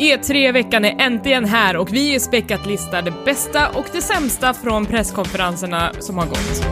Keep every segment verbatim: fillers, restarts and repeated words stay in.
E tre-veckan är äntligen här och vi är späckat listar det bästa och det sämsta från presskonferenserna som har gått.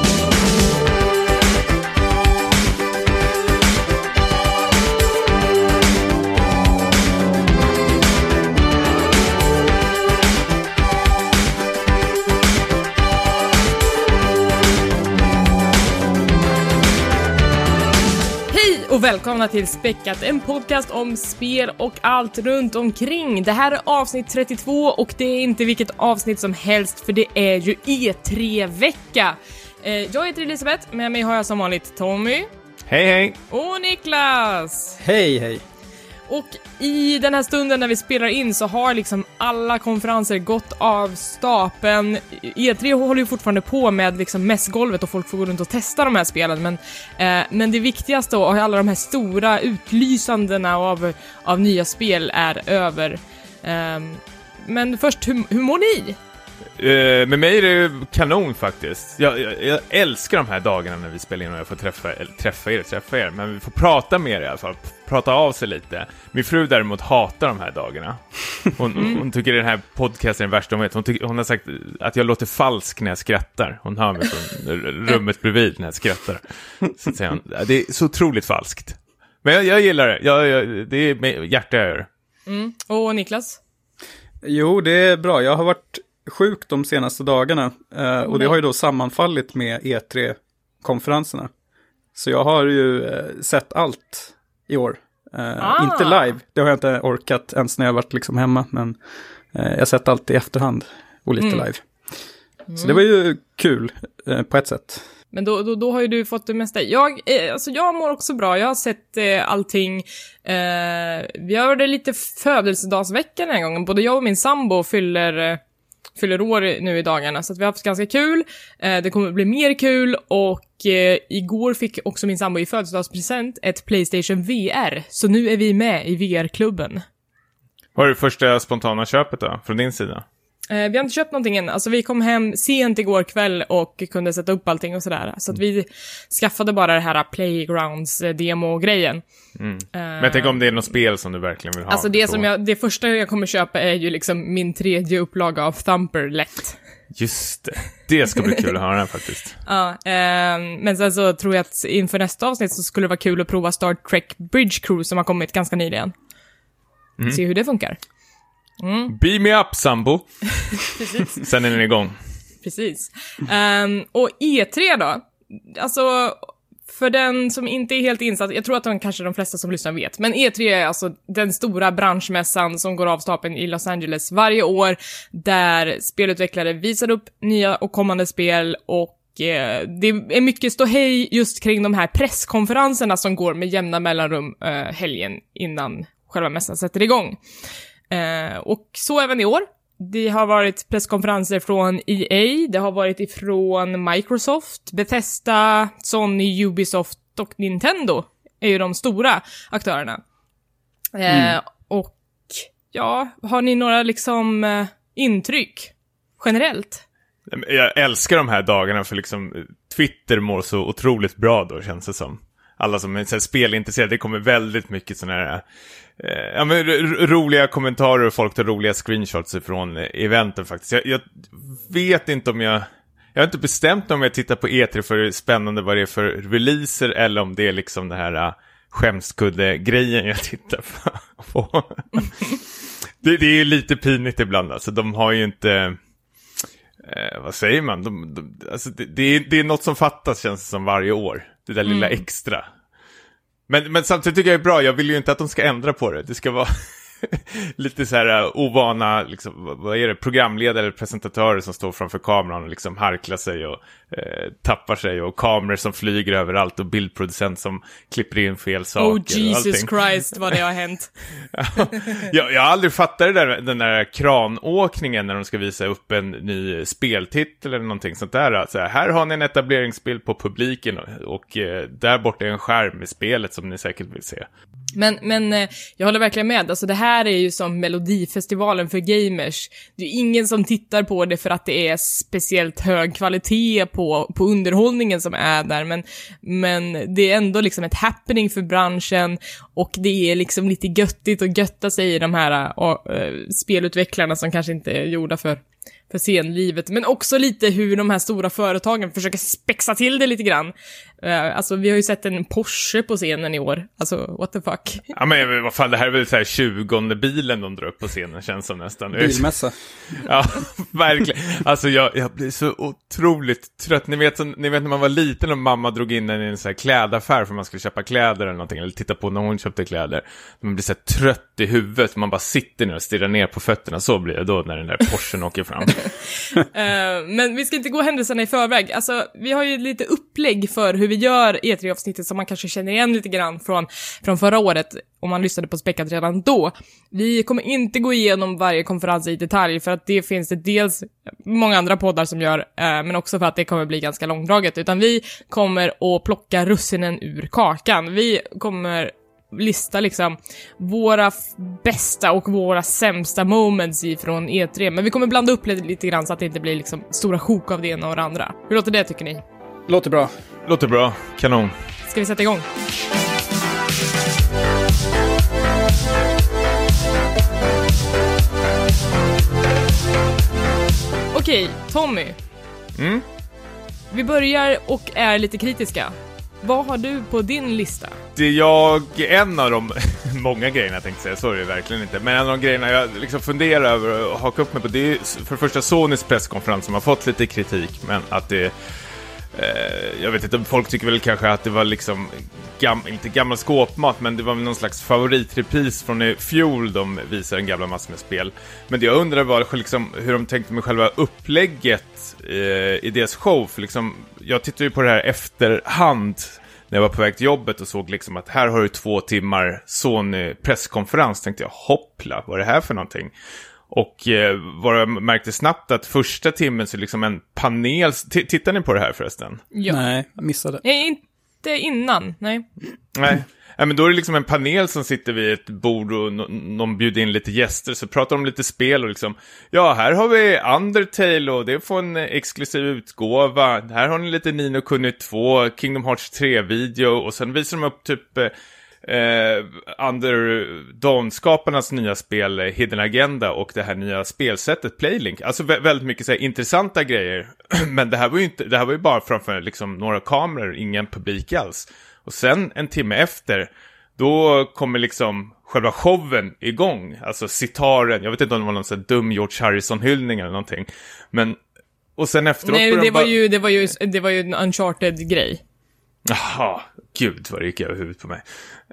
Och välkomna till Späckat, en podcast om spel och allt runt omkring. Det här är avsnitt trettiotvå och det är inte vilket avsnitt som helst, för det är ju E tre-vecka. Eh, jag heter Elisabeth, med mig har jag som vanligt Tommy. Hej hej! Och Niklas. Hej hej! Och i den här stunden när vi spelar in så har liksom alla konferenser gått av stapeln. E tre håller ju fortfarande på med liksom mässgolvet och folk får gå runt och testa de här spelen. Men, eh, men det viktigaste och alla de här stora utlysandena av, av nya spel är över. Eh, men först, hur, hur mår ni? Uh, med mig är det kanon faktiskt. Jag, jag, jag älskar de här dagarna när vi spelar in och jag får träffa, eller, träffa er, träffa er. Men vi får prata med er i alla fall, prata av sig lite. Min fru däremot hatar de här dagarna. Hon, mm. hon tycker den här podcasten är den värsta hon vet. Hon, tycker, hon har sagt att jag låter falsk när jag skrattar. Hon hör mig från rummet bredvid när jag skrattar. Så säger hon, det är så otroligt falskt. Men jag, jag gillar det. Jag, jag, det är med hjärta jag gör. Mm. Och Niklas? Jo, det är bra. Jag har varit sjuk de senaste dagarna eh, och det har ju då sammanfallit med E tre-konferenserna. Så jag har ju eh, sett allt i år. Eh, ah. Inte live, det har jag inte orkat ens när jag varit liksom hemma, men eh, jag har sett allt i efterhand och lite mm. live. Mm. Så det var ju kul eh, på ett sätt. Men då, då, då har ju du fått det mesta. Jag, eh, alltså jag mår också bra. Jag har sett eh, allting. Eh, vi har det lite födelsedagsveckan den här gången. Både jag och min sambo fyller... Eh, fyller år nu i dagarna, så att vi har haft ganska kul. Eh, det kommer bli mer kul och eh, igår fick också min sambo i födelsedagspresent ett PlayStation V R. Så nu är vi med i V R-klubben. Vad är det första spontana köpet då, från din sida? Eh, vi har inte köpt någonting än. Alltså vi kom hem sent igår kväll och kunde sätta upp allting och sådär. Så att vi skaffade bara det här Playgrounds-demo-grejen. Mm. Uh, Men jag tänker om det är något spel som du verkligen vill ha. Alltså det, som jag, det första jag kommer köpa är ju liksom min tredje upplaga av Thumper lätt. Just det. Det ska bli kul att höra faktiskt. Ja, eh, men sen så tror jag att inför nästa avsnitt så skulle det vara kul att prova Star Trek Bridge Crew som har kommit ganska nyligen. Mm. Se hur det funkar. Mm. Beam me up, sambo. Precis. Sen är den igång. Precis. Um, och E tre då? Alltså, för den som inte är helt insatt, jag tror att de, kanske de flesta som lyssnar vet, men E tre är alltså den stora branschmässan som går av stapeln i Los Angeles varje år, där spelutvecklare visar upp nya och kommande spel och eh, det är mycket ståhej just kring de här presskonferenserna som går med jämna mellanrum eh, helgen innan själva mässan sätter igång. Eh, och så även i år. Det har varit presskonferenser från E A, det har varit ifrån Microsoft, Bethesda, Sony, Ubisoft och Nintendo är ju de stora aktörerna. Eh, mm. Och ja, har ni några liksom eh, intryck generellt? Jag älskar de här dagarna för liksom Twitter mår så otroligt bra då, känns det som. Alla som är så här spelintresserade, det kommer väldigt mycket såna här eh, ja, men, r- roliga kommentarer och folk tar roliga screenshots ifrån eh, eventen faktiskt. Jag, jag vet inte om jag jag har inte bestämt om jag tittar på E tre för spännande vad det är för releaser eller om det är liksom det här uh, skämskudde-grejen jag tittar på. det, det är ju lite pinigt ibland, alltså de har ju inte eh, vad säger man? De, de, alltså det, det, är, det är något som fattas, känns det som, varje år. Det där lilla mm. extra. Men, men samtidigt tycker jag det är bra. Jag vill ju inte att de ska ändra på det. Det ska vara lite så här uh, ovana liksom, vad är det, programledare eller presentatörer som står framför kameran och liksom harklar sig och eh, tappar sig, och kameror som flyger överallt och bildproducent som klipper in fel saker. Oh Jesus Christ, vad det har hänt. ja, jag, jag har aldrig fattat det där, den där kranåkningen när de ska visa upp en ny speltitel eller någonting sånt där. Alltså, här har ni en etableringsbild på publiken och, och eh, där borta är en skärm med spelet som ni säkert vill se. Men, men eh, jag håller verkligen med. Alltså det här är ju som Melodifestivalen för gamers. Det är ingen som tittar på det för att det är speciellt hög kvalitet på, på underhållningen som är där. Men, men det är ändå liksom ett happening för branschen. Och det är liksom lite göttigt att götta sig i de här uh, spelutvecklarna som kanske inte är gjorda för, för scenlivet. Men också lite hur de här stora företagen försöker spexa till det lite grann. Uh, alltså vi har ju sett en Porsche på scenen i år. Alltså what the fuck. Ja men vad fan, det här är väl så här tjugonde bilen de drar upp på scenen, känns som nästan. Bilmässa. Ja, verkligen. Alltså jag, jag blir så otroligt trött. Ni vet, så, ni vet när man var liten och mamma drog in en i en så här klädaffär för man skulle köpa kläder eller någonting. Eller titta på när hon köpte kläder. Man blir så här trött i huvudet. Man bara sitter ner och stirrar ner på fötterna. Så blir det då när den där Porschen åker fram. uh, men vi ska inte gå händelserna i förväg. Alltså vi har ju lite upplägg för hur vi gör E tre-avsnittet som man kanske känner igen lite grann från, från förra året om man lyssnade på Späckat redan då. Vi kommer inte gå igenom varje konferens i detalj för att det finns det dels många andra poddar som gör, eh, men också för att det kommer bli ganska långdraget, utan vi kommer att plocka russinen ur kakan. Vi kommer lista liksom våra f- bästa och våra sämsta moments ifrån E tre, men vi kommer blanda upp lite, lite grann så att det inte blir liksom stora sjok av det ena och det andra. Hur låter det tycker ni? Låter bra. Låter bra, kanon. Ska vi sätta igång? Okej, Tommy. Mm? Vi börjar och är lite kritiska. Vad har du på din lista? Det är jag, en av de många grejerna jag tänkte säga, så är det verkligen inte. Men en av de grejerna jag liksom funderar över och hakar upp mig på, det är för det första Sonys presskonferens som har fått lite kritik, men att det Eh, jag vet inte, folk tycker väl kanske att det var liksom gam, inte gammal skåpmat, men det var väl någon slags favoritrepris från i fjol de visar en gamla massor med spel. Men det jag undrar var liksom hur de tänkte med själva upplägget eh, i deras show. För liksom, jag tittade ju på det här efterhand när jag var på väg till jobbet och såg liksom att här har du två timmar Sony presskonferens. Tänkte jag, hoppla, vad är det här för någonting? Och eh, vad jag märkte snabbt att första timmen så liksom en panel... T- tittar ni på det här förresten? Ja. Nej, missade. Nej, inte innan, nej. Nej. Ja, men då är det liksom en panel som sitter vid ett bord och n- någon bjuder in lite gäster, så pratar de lite spel och liksom, ja, här har vi Undertale och det får en exklusiv utgåva. Här har ni lite Ni no Kuni två, Kingdom Hearts tre-video och sen visar de upp typ... Eh, Eh, Under Dawn-skaparnas nya spel Hidden Agenda och det här nya spelsättet Playlink. Alltså vä- väldigt mycket så här, intressanta grejer. Men det här var ju inte, det här var ju bara framför liksom några kameror, ingen publik alls. Och sen en timme efter, då kommer liksom själva showen igång. Alltså citaren, jag vet inte om det var någon sån här dum George Harrison-hyllning eller någonting. Men, och sen efteråt... Nej, det de var, bara... ju, det, var ju, det var ju en Uncharted-grej. Jaha, gud vad det gick över huvudet på mig.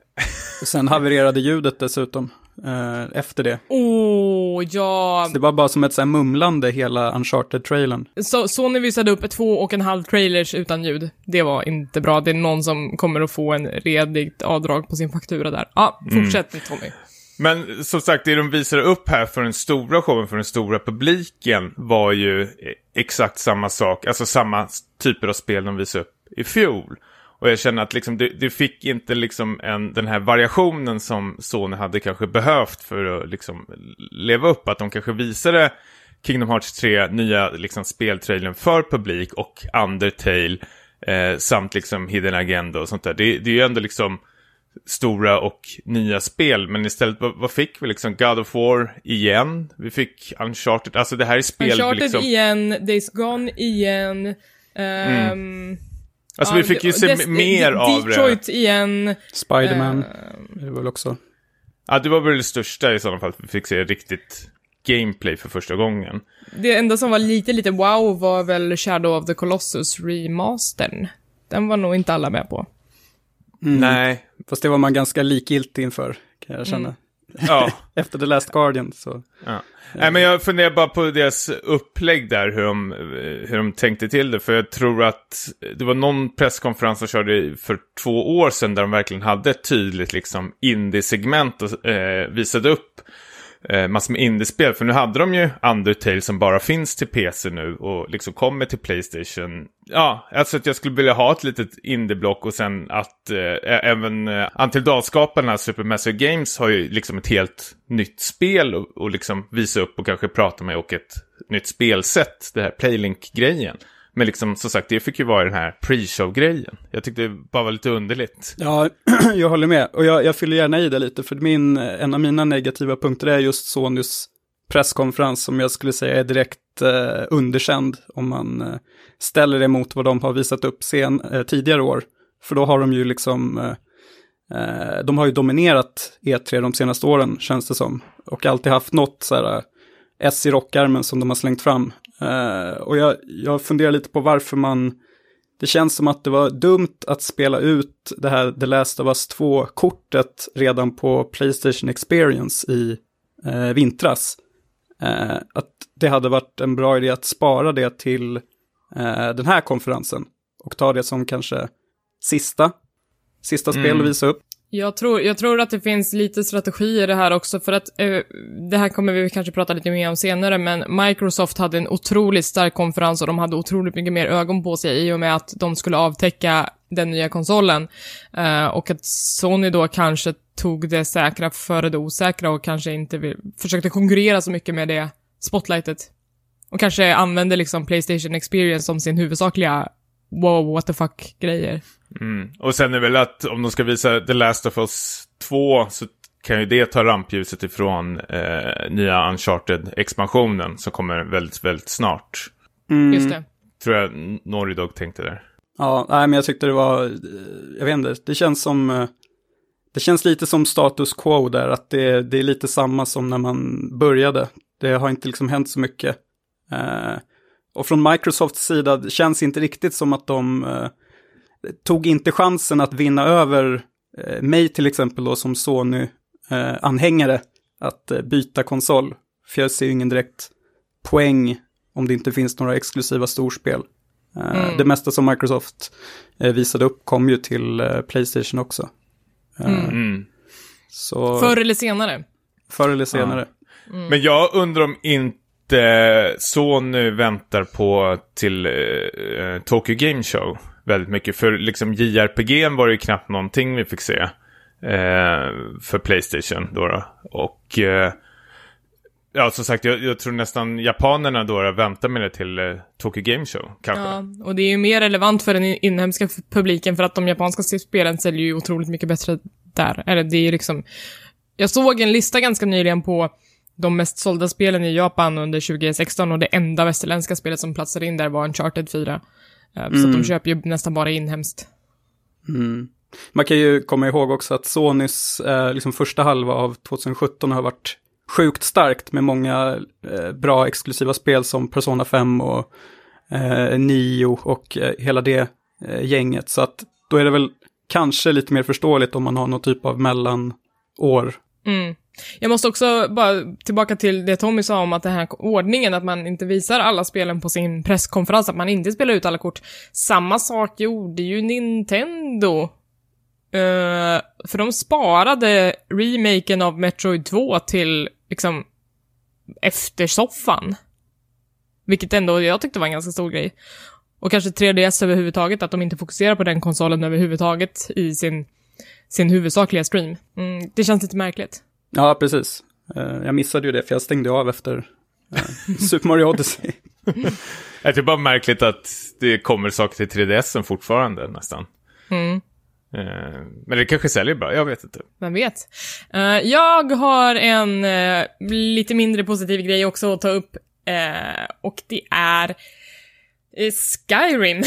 Och sen havererade ljudet dessutom eh, efter det. Åh, oh, ja. Så det var bara som ett så här mumlande hela Uncharted-trailern. Så, så när vi visade upp två och en halv trailers utan ljud. Det var inte bra. Det är någon som kommer att få en redigt avdrag på sin faktura där. Ja, fortsätt mm. Tommy. Men som sagt, det de visade upp här för den stora showen, för den stora publiken, var ju exakt samma sak. Alltså samma typer av spel de visade upp i fjol. Och jag känner att liksom det, det fick inte liksom en, den här variationen som Sony hade kanske behövt för att liksom leva upp. Att de kanske visade Kingdom Hearts tre nya liksom speltrailern för publik och Undertale eh, samt liksom Hidden Agenda och sånt där. Det, det är ju ändå liksom stora och nya spel, men istället vad, vad fick vi liksom? God of War igen, vi fick Uncharted, alltså det här är spel Uncharted liksom... igen, Days Gone igen, um, mm. Alltså ja, vi fick ju se Des- mer D- av Detroit det. igen. Spider-Man, uh, det var väl också. Ja, det var väl det största i sådana fall, vi fick se riktigt gameplay för första gången. Det enda som var lite, lite wow var väl Shadow of the Colossus remastern. Den var nog inte alla med på. Mm. Nej. Fast det var man ganska likgiltig inför, kan jag känna. Mm. Ja. Efter The Last Guardian, så... Ja. Nej, men jag funderar bara på deras upplägg där, hur de, hur de tänkte till det. För jag tror att det var någon presskonferens som körde för två år sedan där de verkligen hade ett tydligt liksom indie-segment och eh, visade upp eh, massor med indiespel. För nu hade de ju Undertale som bara finns till P C nu och liksom kommer till PlayStation. Ja, alltså att jag skulle vilja ha ett litet indieblock och sen att eh, även eh, Until Dawn-skaparna Supermassive Games har ju liksom ett helt nytt spel och, och liksom visa upp och kanske prata med och ett nytt spelsätt, det här Playlink-grejen. Men liksom, som sagt, det fick ju vara den här pre-show-grejen. Jag tyckte det bara var lite underligt. Ja, jag håller med. Och jag, jag fyller gärna i det lite. För min, en av mina negativa punkter är just Sonys presskonferens som jag skulle säga är direkt eh, underkänd. Om man eh, ställer det mot vad de har visat upp sen, eh, tidigare år. För då har de ju liksom... Eh, de har ju dominerat E tre de senaste åren, känns det som. Och alltid haft något så här... S i rockarmen som de har slängt fram. Uh, och jag, jag funderar lite på varför man... Det känns som att det var dumt att spela ut det här The Last of Us två-kortet redan på PlayStation Experience i uh, vintras. Uh, att det hade varit en bra idé att spara det till uh, den här konferensen. Och ta det som kanske sista, sista spel Mm. att visa upp. Jag tror, jag tror att det finns lite strategi i det här också, för att eh, det här kommer vi kanske prata lite mer om senare, men Microsoft hade en otroligt stark konferens och de hade otroligt mycket mer ögon på sig i och med att de skulle avtäcka den nya konsolen. Eh, och att Sony då kanske tog det säkra före det osäkra och kanske inte vill, försökte konkurrera så mycket med det spotlightet. Och kanske använde liksom PlayStation Experience som sin huvudsakliga wow, what the fuck-grejer. Mm. Och sen är väl att om de ska visa The Last of Us två så kan ju det ta rampljuset ifrån eh, nya Uncharted-expansionen som kommer väldigt, väldigt snart. Mm. Just det. Tror jag Naughty Dog tänkte där. Ja, nej, men jag tyckte det var, jag vet inte, det känns som, det känns lite som status quo där, att det, det är lite samma som när man började. Det har inte liksom hänt så mycket. Uh, och från Microsofts sida det känns inte riktigt som att de uh, tog inte chansen att vinna över uh, mig till exempel då som Sony-anhängare uh, att uh, byta konsol. För jag ser ju ingen direkt poäng om det inte finns några exklusiva storspel. Mm. Det mesta som Microsoft eh, visade upp kom ju till eh, PlayStation också. Uh, mm. så, förr eller senare. Förr eller senare. Ja. Mm. Men jag undrar om inte Sony väntar på till eh, Tokyo Game Show väldigt mycket. För liksom J R P G var det ju knappt någonting vi fick se eh, för PlayStation då. då. Och... Eh, Ja, som sagt, jag, jag tror nästan japanerna då väntar med det till eh, Tokyo Game Show, kanske. Ja, och det är ju mer relevant för den inhemska publiken för att de japanska spelen säljer ju otroligt mycket bättre där. Eller det är ju liksom... Jag såg en lista ganska nyligen på de mest sålda spelen i Japan under tjugo sexton och det enda västerländska spelet som platsade in där var Uncharted fyra. Uh, mm. Så att de köper ju nästan bara inhemskt. Mm. Man kan ju komma ihåg också att Sonys eh, liksom första halva av tjugo sjutton har varit sjukt starkt med många eh, bra exklusiva spel som Persona fem och eh, Nio och eh, hela det eh, gänget. Så att då är det väl kanske lite mer förståeligt om man har någon typ av mellanår. Mm. Jag måste också bara tillbaka till det Tommy sa om att den här ordningen, att man inte visar alla spelen på sin presskonferens, att man inte spelar ut alla kort. Samma sak gjorde ju Nintendo. Uh, för de sparade remaken av Metroid två till liksom efter soffan. Vilket ändå jag tyckte var en ganska stor grej. Och kanske tre D S överhuvudtaget, att de inte fokuserar på den konsolen överhuvudtaget i sin, sin huvudsakliga stream. Mm, det känns lite märkligt. Ja, precis. Uh, jag missade ju det för jag stängde av efter uh, Super Mario Odyssey. Det är bara märkligt att det kommer saker till tre D S fortfarande nästan. Mm. Men det kanske säljer bra, jag vet inte. Vem vet. Uh, jag har en uh, lite mindre positiv grej också att ta upp. Uh, och det är uh, Skyrim.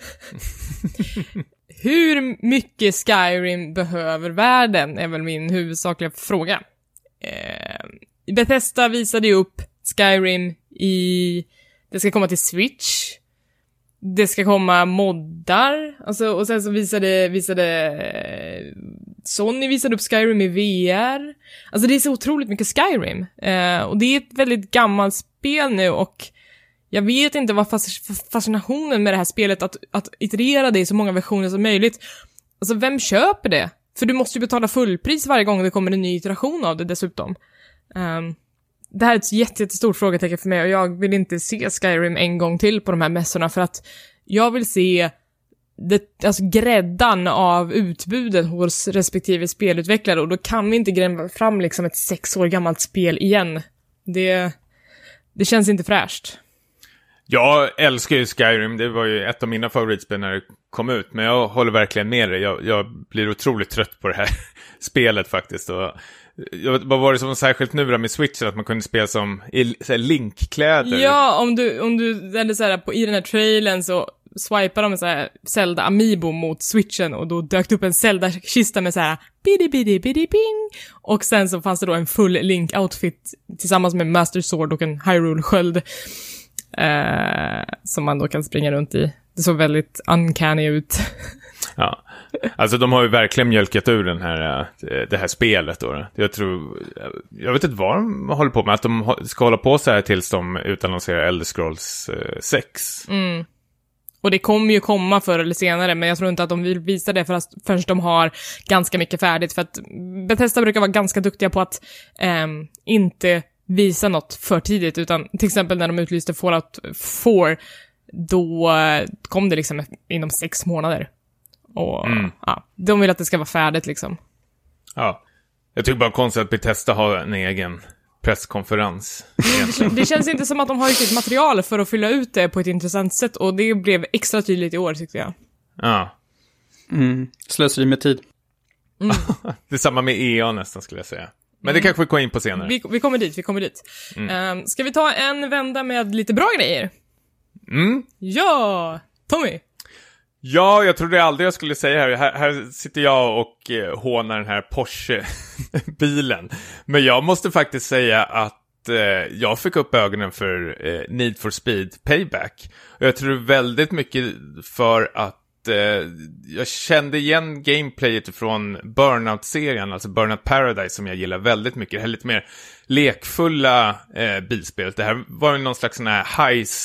Hur mycket Skyrim behöver världen är väl min huvudsakliga fråga. Uh, Bethesda visade ju upp Skyrim i... Det ska komma till Switch. Det ska komma moddar, alltså, och sen så visade, visade Sony visade upp Skyrim i V R. Alltså det är så otroligt mycket Skyrim. Eh, och det är ett väldigt gammalt spel nu och jag vet inte vad fascinationen med det här spelet att, att iterera det i så många versioner som möjligt. Alltså vem köper det? För du måste ju betala fullpris varje gång det kommer en ny iteration av det dessutom. Um, det här är ett jätte, jättestort frågetecken för mig och jag vill inte se Skyrim en gång till på de här mässorna för att jag vill se det, alltså gräddan av utbudet hos respektive spelutvecklare och då kan vi inte gräva fram liksom ett sex år gammalt spel igen. Det, det känns inte fräscht. Jag älskar ju Skyrim, det var ju ett av mina favoritspel när det kom ut, men jag håller verkligen med dig. Jag, jag blir otroligt trött på det här spelet faktiskt. Och jag, vad var det som var särskilt nu med Switchen, att man kunde spela som i så här, Link-kläder? Ja, om du, om du eller så här, på, i den här trailern så swipade de en så här Zelda Amiibo mot Switchen och då dök det upp en Zelda-kista med så här bidi bidi bidi bing och sen så fanns det då en full Link-outfit tillsammans med Master Sword och en Hyrule-sköld. Uh, som man då kan springa runt i. Det såg väldigt uncanny ut. Ja, alltså de har ju verkligen mjölkat ur den här, det här spelet då. Jag tror, jag vet inte vad de håller på med, att de ska hålla på så här tills de utannonserar Elder Scrolls sex. Mm. Och det kommer ju komma förr eller senare, men jag tror inte att de vill visa det förrän, förrän de har ganska mycket färdigt, för att Bethesda brukar vara ganska duktiga på att um, inte visa något för tidigt, utan till exempel när de utlyste Fallout four, då kom det liksom inom sex månader. Och mm. ja, de vill att det ska vara färdigt liksom. Ja, jag tycker bara konstigt att Bethesda har en egen presskonferens. Det känns inte som att de har riktigt material för att fylla ut det på ett intressant sätt, och det blev extra tydligt i år tyckte jag. Ja. Mm. Slöseri med tid. Mm. Det är samma med E A nästan skulle jag säga. Men det mm. kanske vi går in på senare. Vi, vi kommer dit, vi kommer dit. Mm. Um, ska vi ta en vända med lite bra grejer? Mm. Ja! Tommy! Ja, jag trodde aldrig jag skulle säga här. Här, här sitter jag och eh, hånar den här Porsche-bilen. Men jag måste faktiskt säga att eh, jag fick upp ögonen för eh, Need for Speed Payback. Och jag tror väldigt mycket för att eh, jag kände igen gameplayet från Burnout-serien, alltså Burnout Paradise, som jag gillar väldigt mycket. Det här lite mer lekfulla eh, bilspelet. Det här var någon slags sån här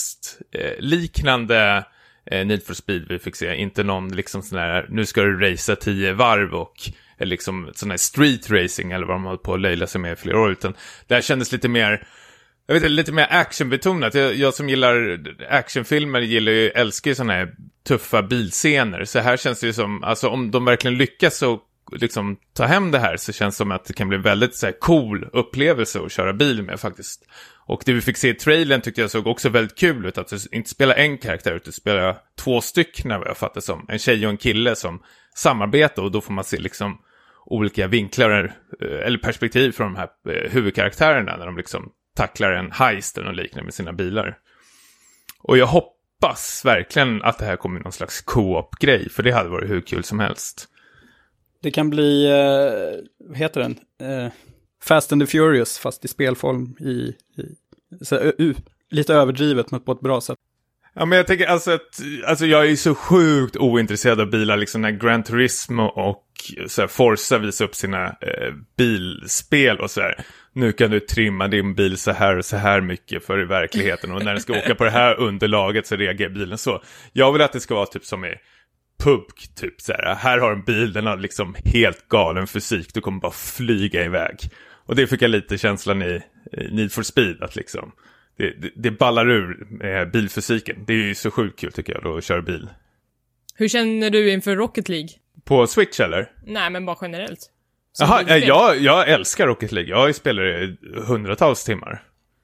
heist-liknande eh, Need for Speed vi fick se. Inte någon liksom sån här, nu ska du racea tio varv och liksom sån här street racing eller vad de håller på att löjla sig med i flera år, utan det här kändes lite mer, jag vet inte, lite mer actionbetonat. Jag, jag som gillar actionfilmer gillar ju, älskar ju såna här tuffa bilscener. Så här känns det ju som, alltså om de verkligen lyckas så liksom ta hem det här, så känns det som att det kan bli väldigt så här cool upplevelse att köra bil med faktiskt. Och det vi fick se i trailern tyckte jag såg också väldigt kul ut, att det inte spela en karaktär utan spela två stycken, vad jag fattar som. En tjej och en kille som samarbetar, och då får man se liksom olika vinklar eller perspektiv från de här huvudkaraktärerna när de liksom tacklar en heist eller liknande med sina bilar. Och jag hoppas verkligen att det här kommer någon slags co-op-grej, för det hade varit hur kul som helst. Det kan bli, eh, vad heter den? Eh, Fast and the Furious, fast i spelform i, i så, uh, lite överdrivet men på ett bra sätt. Ja, men jag tänker alltså att alltså jag är så sjukt ointresserad av bilar, liksom när Gran Turismo och så här, Forza visar upp sina eh, bilspel och så här. Nu kan du trimma din bil så här och så här mycket för i verkligheten, och när den ska åka på det här underlaget så reagerar bilen så. Jag vill att det ska vara typ som i P U B G, typ så här. Här har en bil, den har liksom helt galen fysik, du kommer bara flyga iväg. Och det fick jag lite känslan i, i Need for Speed, att liksom det, det, det ballar ur med bilfysiken. Det är ju så sjukt kul tycker jag då, att köra bil. Hur känner du inför Rocket League? På Switch eller? Nej, men bara generellt. Jaha, jag, jag älskar Rocket League. Jag spelar i hundratals timmar.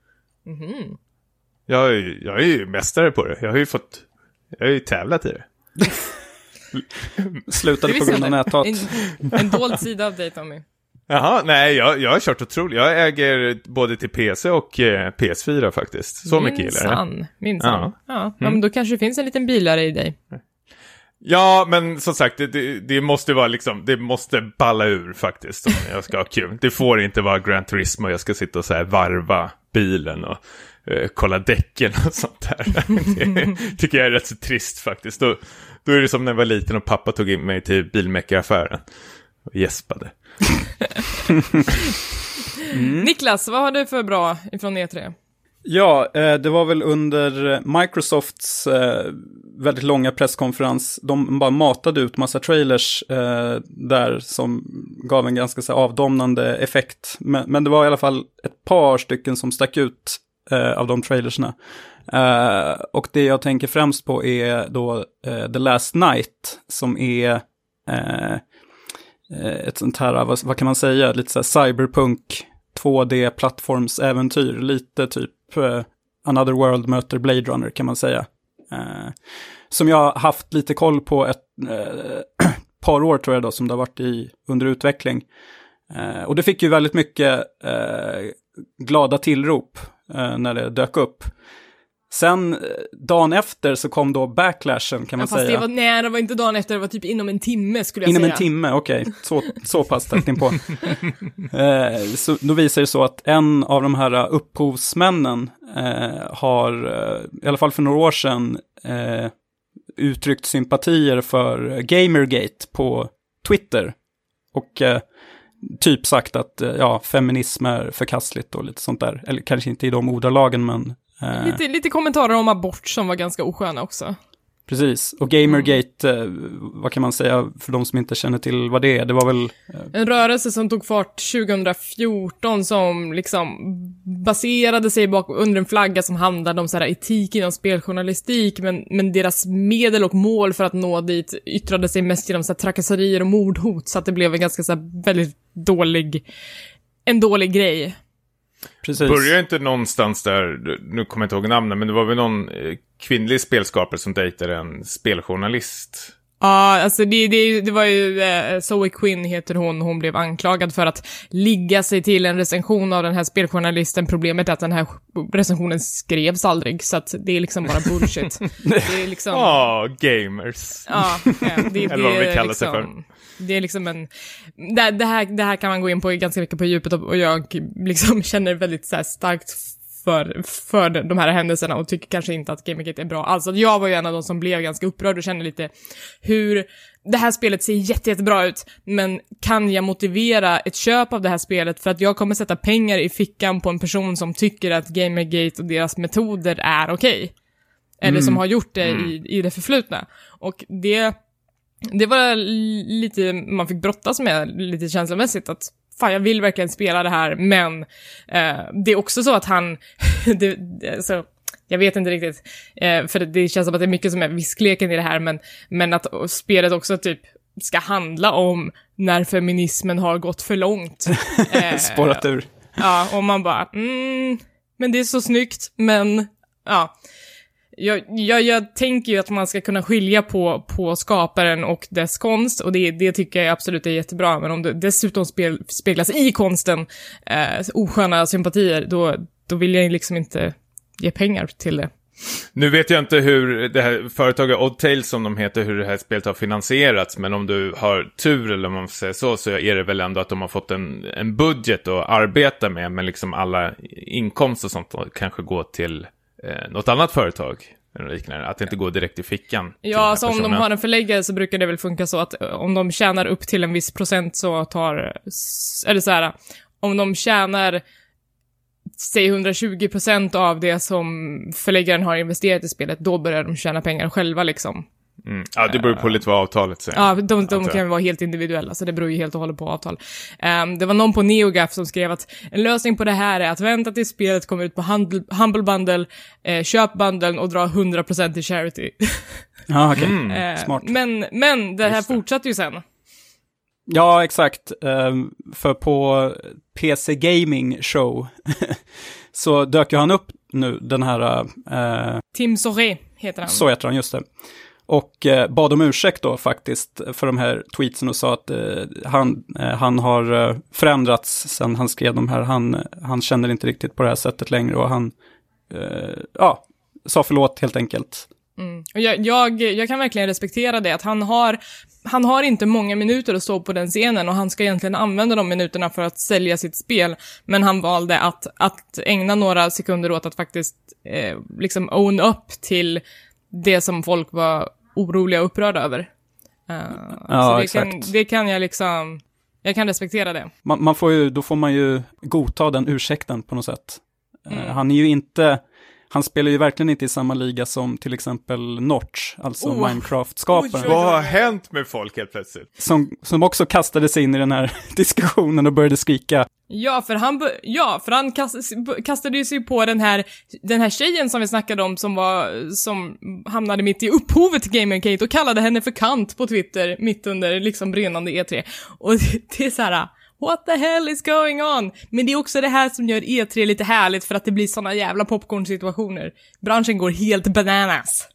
Mhm. Jag, jag är ju mästare på det. Jag har ju fått, jag har ju tävlat i det. Slutade på grund av näthat. En, en dold sida av dig, Tommy. Jaha, nej, jag, jag har kört otroligt. Jag äger både till P C och eh, P S fyra faktiskt. Så mycket gillar jag. Minsann, minsann. Ja, ja. Mm. Men då kanske det finns en liten bilare i dig. Ja, men som sagt, det, det, det måste vara liksom, det måste balla ur faktiskt om jag ska ha kul. Det får inte vara Gran Turismo, jag ska sitta och så här varva bilen och eh, kolla däcken och sånt där. Det tycker jag är rätt så trist faktiskt. Då, då är det som när jag var liten och pappa tog in mig till bilmäckaraffären och gäspade. mm. Niklas, vad har du för bra ifrån E tre? Ja, det var väl under Microsofts väldigt långa presskonferens. De bara matade ut massa trailers eh, där som gav en ganska så här, avdomnande effekt. Men, men det var i alla fall ett par stycken som stack ut eh, av de trailersna. Eh, och det jag tänker främst på är då eh, The Last Night, som är eh, ett sånt här, vad, vad kan man säga, lite så här cyberpunk två D-plattformsäventyr, lite typ eh, Another World möter Blade Runner kan man säga. Eh, som jag har haft lite koll på ett eh, par år tror jag då, som det har varit i, under utveckling. Eh, och det fick ju väldigt mycket eh, glada tillrop eh, när det dök upp. Sen dagen efter så kom då backlashen kan man ja, fast säga. Det var, nej, det var inte dagen efter, det var typ inom en timme skulle jag inom säga. Inom en timme, okej. Okay. Så, så pass tätt in på. eh, så då visar det så att en av de här upphovsmännen eh, har, eh, i alla fall för några år sedan, eh, uttryckt sympatier för Gamergate på Twitter. Och eh, typ sagt att eh, ja, feminism är förkastligt och lite sånt där. Eller kanske inte i de ordalagen, men Lite, lite kommentarer om abort som var ganska osköna också. Precis, och Gamergate, mm. vad kan man säga för de som inte känner till vad det är? Det var väl en rörelse som tog fart tjugohundrafjorton som liksom baserade sig bak under en flagga som handlade om så här etik inom speljournalistik, men, men deras medel och mål för att nå dit yttrade sig mest genom så här trakasserier och mordhot, så att det blev en ganska så här väldigt dålig, en dålig grej. Precis. Börjar inte någonstans där, nu kommer jag inte ihåg namnet, men det var väl någon kvinnlig spelskapare som dejtade en speljournalist. Ja, alltså det, det, det var ju eh, Zoe Quinn heter hon, hon blev anklagad för att ligga sig till en recension av den här speljournalisten. Problemet är att den här recensionen skrevs aldrig, så att det är liksom bara bullshit. Det är liksom... Ja, oh, gamers. Ja, ja det, det, eller vad vi kallar liksom, sig för. Det är liksom en... Det, det, här, det här kan man gå in på ganska mycket på djupet, och jag liksom känner väldigt så här starkt för, för de här händelserna och tycker kanske inte att Gamergate är bra. Alltså jag var ju en av de som blev ganska upprörd och kände lite hur det här spelet ser jätte, jättebra ut, men kan jag motivera ett köp av det här spelet för att jag kommer sätta pengar i fickan på en person som tycker att Gamergate och deras metoder är okej? Okay? Eller mm. som har gjort det mm. i, i det förflutna. Och det, det var lite, man fick brottas med lite känslomässigt att fan, jag vill verkligen spela det här, men eh, det är också så att han det, det, så, jag vet inte riktigt eh, för det känns som att det är mycket som är viskleken i det här, men, men att spelet också typ ska handla om när feminismen har gått för långt. Eh, Spårat ur. Ja, och man bara mm, men det är så snyggt, men ja. Jag, jag, jag tänker ju att man ska kunna skilja på, på skaparen och dess konst, och det, det tycker jag absolut är jättebra, men om det dessutom spel, speglas i konsten eh, osköna sympatier, då, då vill jag liksom inte ge pengar till det. Nu vet jag inte hur det här företaget Oddtail som de heter, hur det här spelet har finansierats, men om du har tur, eller om man får säga så, så är det väl ändå att de har fått en, en budget att arbeta med, men liksom alla inkomster och sånt kanske går till Eh, något annat företag eller liknande, att det inte går direkt i fickan. Ja, så om de har en förläggare så brukar det väl funka så att om de tjänar upp till en viss procent så tar, eller så här, om de tjänar säg hundratjugo procent av det som förläggaren har investerat i spelet, då börjar de tjäna pengar själva liksom. Mm. Ja, det beror på lite vad avtalet säger. Ja, de, de kan vara helt individuella, så det beror ju helt och hållet på avtal. Um, det var någon på NeoGAF som skrev att en lösning på det här är att vänta till spelet kommer ut på Humble, Humble Bundle, eh, köp bundeln och dra hundra procent till charity. Ja, okej. Okay. Mm. Uh, Smart. Men, men det här fortsatte ju sen. Ja, exakt. Um, för på P C Gaming Show så dök ju han upp nu, den här... Uh, Tim Soré heter han. Så heter han, just det. Och eh, bad om ursäkt då faktiskt för de här tweetsen och sa att eh, han, eh, han har eh, förändrats sen han skrev de här. Han, han känner inte riktigt på det här sättet längre, och han eh, ja, sa förlåt helt enkelt. Mm. Och jag, jag, jag kan verkligen respektera det, att han har, han har inte många minuter att stå på den scenen, och han ska egentligen använda de minuterna för att sälja sitt spel, men han valde att, att ägna några sekunder åt att faktiskt eh, liksom own up till det som folk var oroliga och upprörda över. Uh, ja, så det exakt. kan, det kan jag liksom, jag kan respektera det. Man, man får ju, då får man ju godta den ursäkten på något sätt. Mm. Uh, han är ju inte, han spelar ju verkligen inte i samma liga som till exempel Notch, alltså Oh. Minecraft-skaparen. Oj, Vad har hänt med folk helt plötsligt? Som, som också kastade sig in i den här diskussionen och började skrika. Ja, för han, bör- ja, för han kast, kastade ju sig på den här, den här tjejen som vi snackade om som var, som hamnade mitt i upphovet till Gamergate och kallade henne för kant på Twitter mitt under liksom brinnande E tre. Och det, det är så här: what the hell is going on? Men det är också det här som gör E tre lite härligt, för att det blir såna jävla popcorn-situationer. Branschen går helt bananas.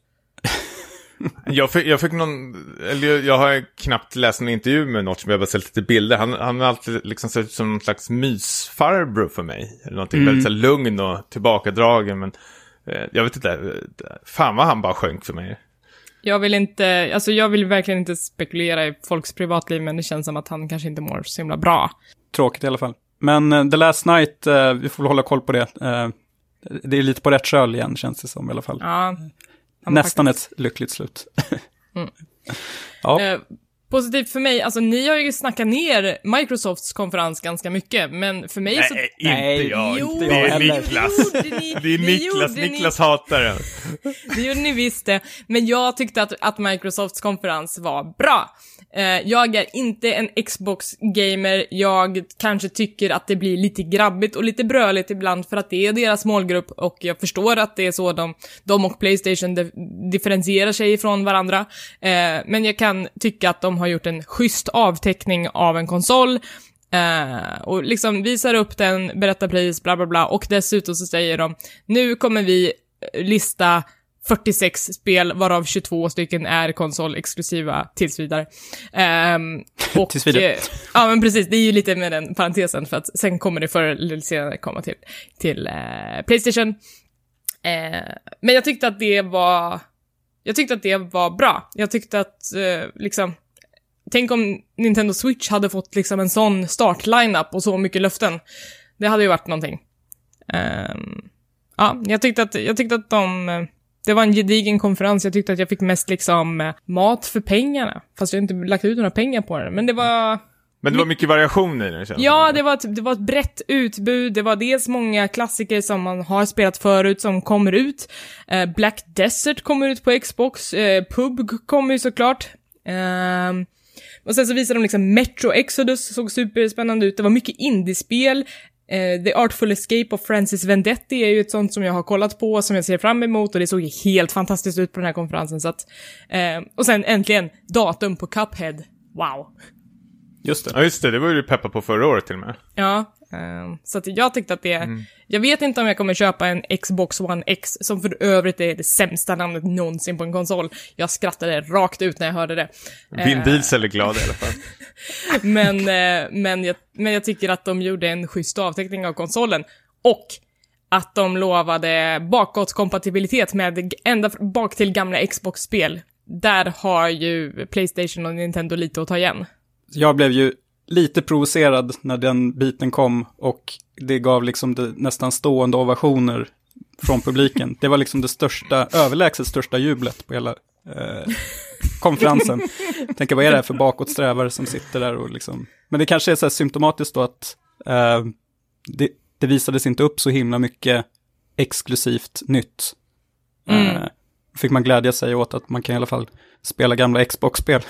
Jag fick, jag fick någon, eller jag, jag har knappt läst en intervju med Notch, men jag har bara sett lite bilder. Han, han har alltid liksom sett ut som någon slags mysfarbror för mig. Eller någonting mm. väldigt så här lugn och tillbakadragen, men eh, jag vet inte, fan vad han bara sjönk för mig. Jag vill inte, alltså jag vill verkligen inte spekulera i folks privatliv, men det känns som att han kanske inte mår så himla bra. Tråkigt i alla fall. Men uh, The Last Night, uh, vi får väl hålla koll på det. Uh, det är lite på rätt köl igen, känns det som i alla fall. Ja. Nästan faktiskt ett lyckligt slut. mm. Ja. Eh, positivt för mig, alltså ni har ju snackat ner Microsofts konferens ganska mycket, men för mig Nej, så... inte Nej, jag. Jo, det är heller. Niklas. Det gjorde ni. Det är Det Niklas, gjorde ni. Niklas hatar det. Det gjorde ni visst det. Men jag tyckte att, att Microsofts konferens var bra. Eh, jag är inte en Xbox-gamer. Jag kanske tycker att det blir lite grabbigt och lite bröligt ibland för att det är deras målgrupp, och jag förstår att det är så de, de och PlayStation de, differentierar sig ifrån varandra. Eh, men jag kan tycka att de har gjort en schysst avteckning av en konsol. Uh, och liksom visar upp den, berättar pris, bla bla bla, och dessutom så säger de: nu kommer vi lista fyrtiosex spel, varav tjugotvå stycken är konsolexklusiva tills vidare. Um, och, tills vidare. Uh, ja men precis, det är ju lite med den parentesen, för att sen kommer det förr eller senare komma till, till uh, PlayStation. Uh, men jag tyckte att det var jag tyckte att det var bra. Jag tyckte att uh, liksom tänk om Nintendo Switch hade fått liksom en sån start-lineup och så mycket löften. Det hade ju varit någonting. Um, ja, jag tyckte att, jag tyckte att de... Det var en gedigen konferens. Jag tyckte att jag fick mest liksom mat för pengarna. Fast jag inte lagt ut några pengar på det. Men det var... Men det var mycket variation i det, känns Ja, det var, ett, det var ett brett utbud. Det var dels många klassiker som man har spelat förut som kommer ut. Uh, Black Desert kommer ut på Xbox. Uh, P U B G kommer ju såklart. Uh, Och sen så visade de liksom Metro Exodus, såg superspännande ut. Det var mycket indiespel. Uh, The Artful Escape of Francis Vendetti är ju ett sånt som jag har kollat på, som jag ser fram emot, och det såg ju helt fantastiskt ut på den här konferensen. Så att, uh, och sen äntligen datum på Cuphead. Wow. Just det. Ja, just det. Det var ju peppa på förra året till och med. Ja, uh, så att jag tyckte att det... Mm. Jag vet inte om jag kommer köpa en Xbox One X, som för övrigt är det sämsta namnet någonsin på en konsol. Jag skrattade rakt ut när jag hörde det. Vin Diesel är glad i alla fall. men, uh, men, jag, men jag tycker att de gjorde en schysst avteckning av konsolen. Och att de lovade bakåtkompatibilitet med ända bak till gamla Xbox-spel. Där har ju PlayStation och Nintendo lite att ta igen. Jag blev ju lite provocerad när den biten kom, och det gav liksom det nästan stående ovationer från publiken. Det var liksom det största, överlägset största jublet på hela eh, konferensen. Tänker, vad är det här för bakåtsträvare som sitter där och liksom... Men det kanske är så här symptomatiskt då att eh, det, det visades inte upp så himla mycket exklusivt nytt. Mm. Eh, fick man glädja sig åt att man kan i alla fall spela gamla Xbox-spel.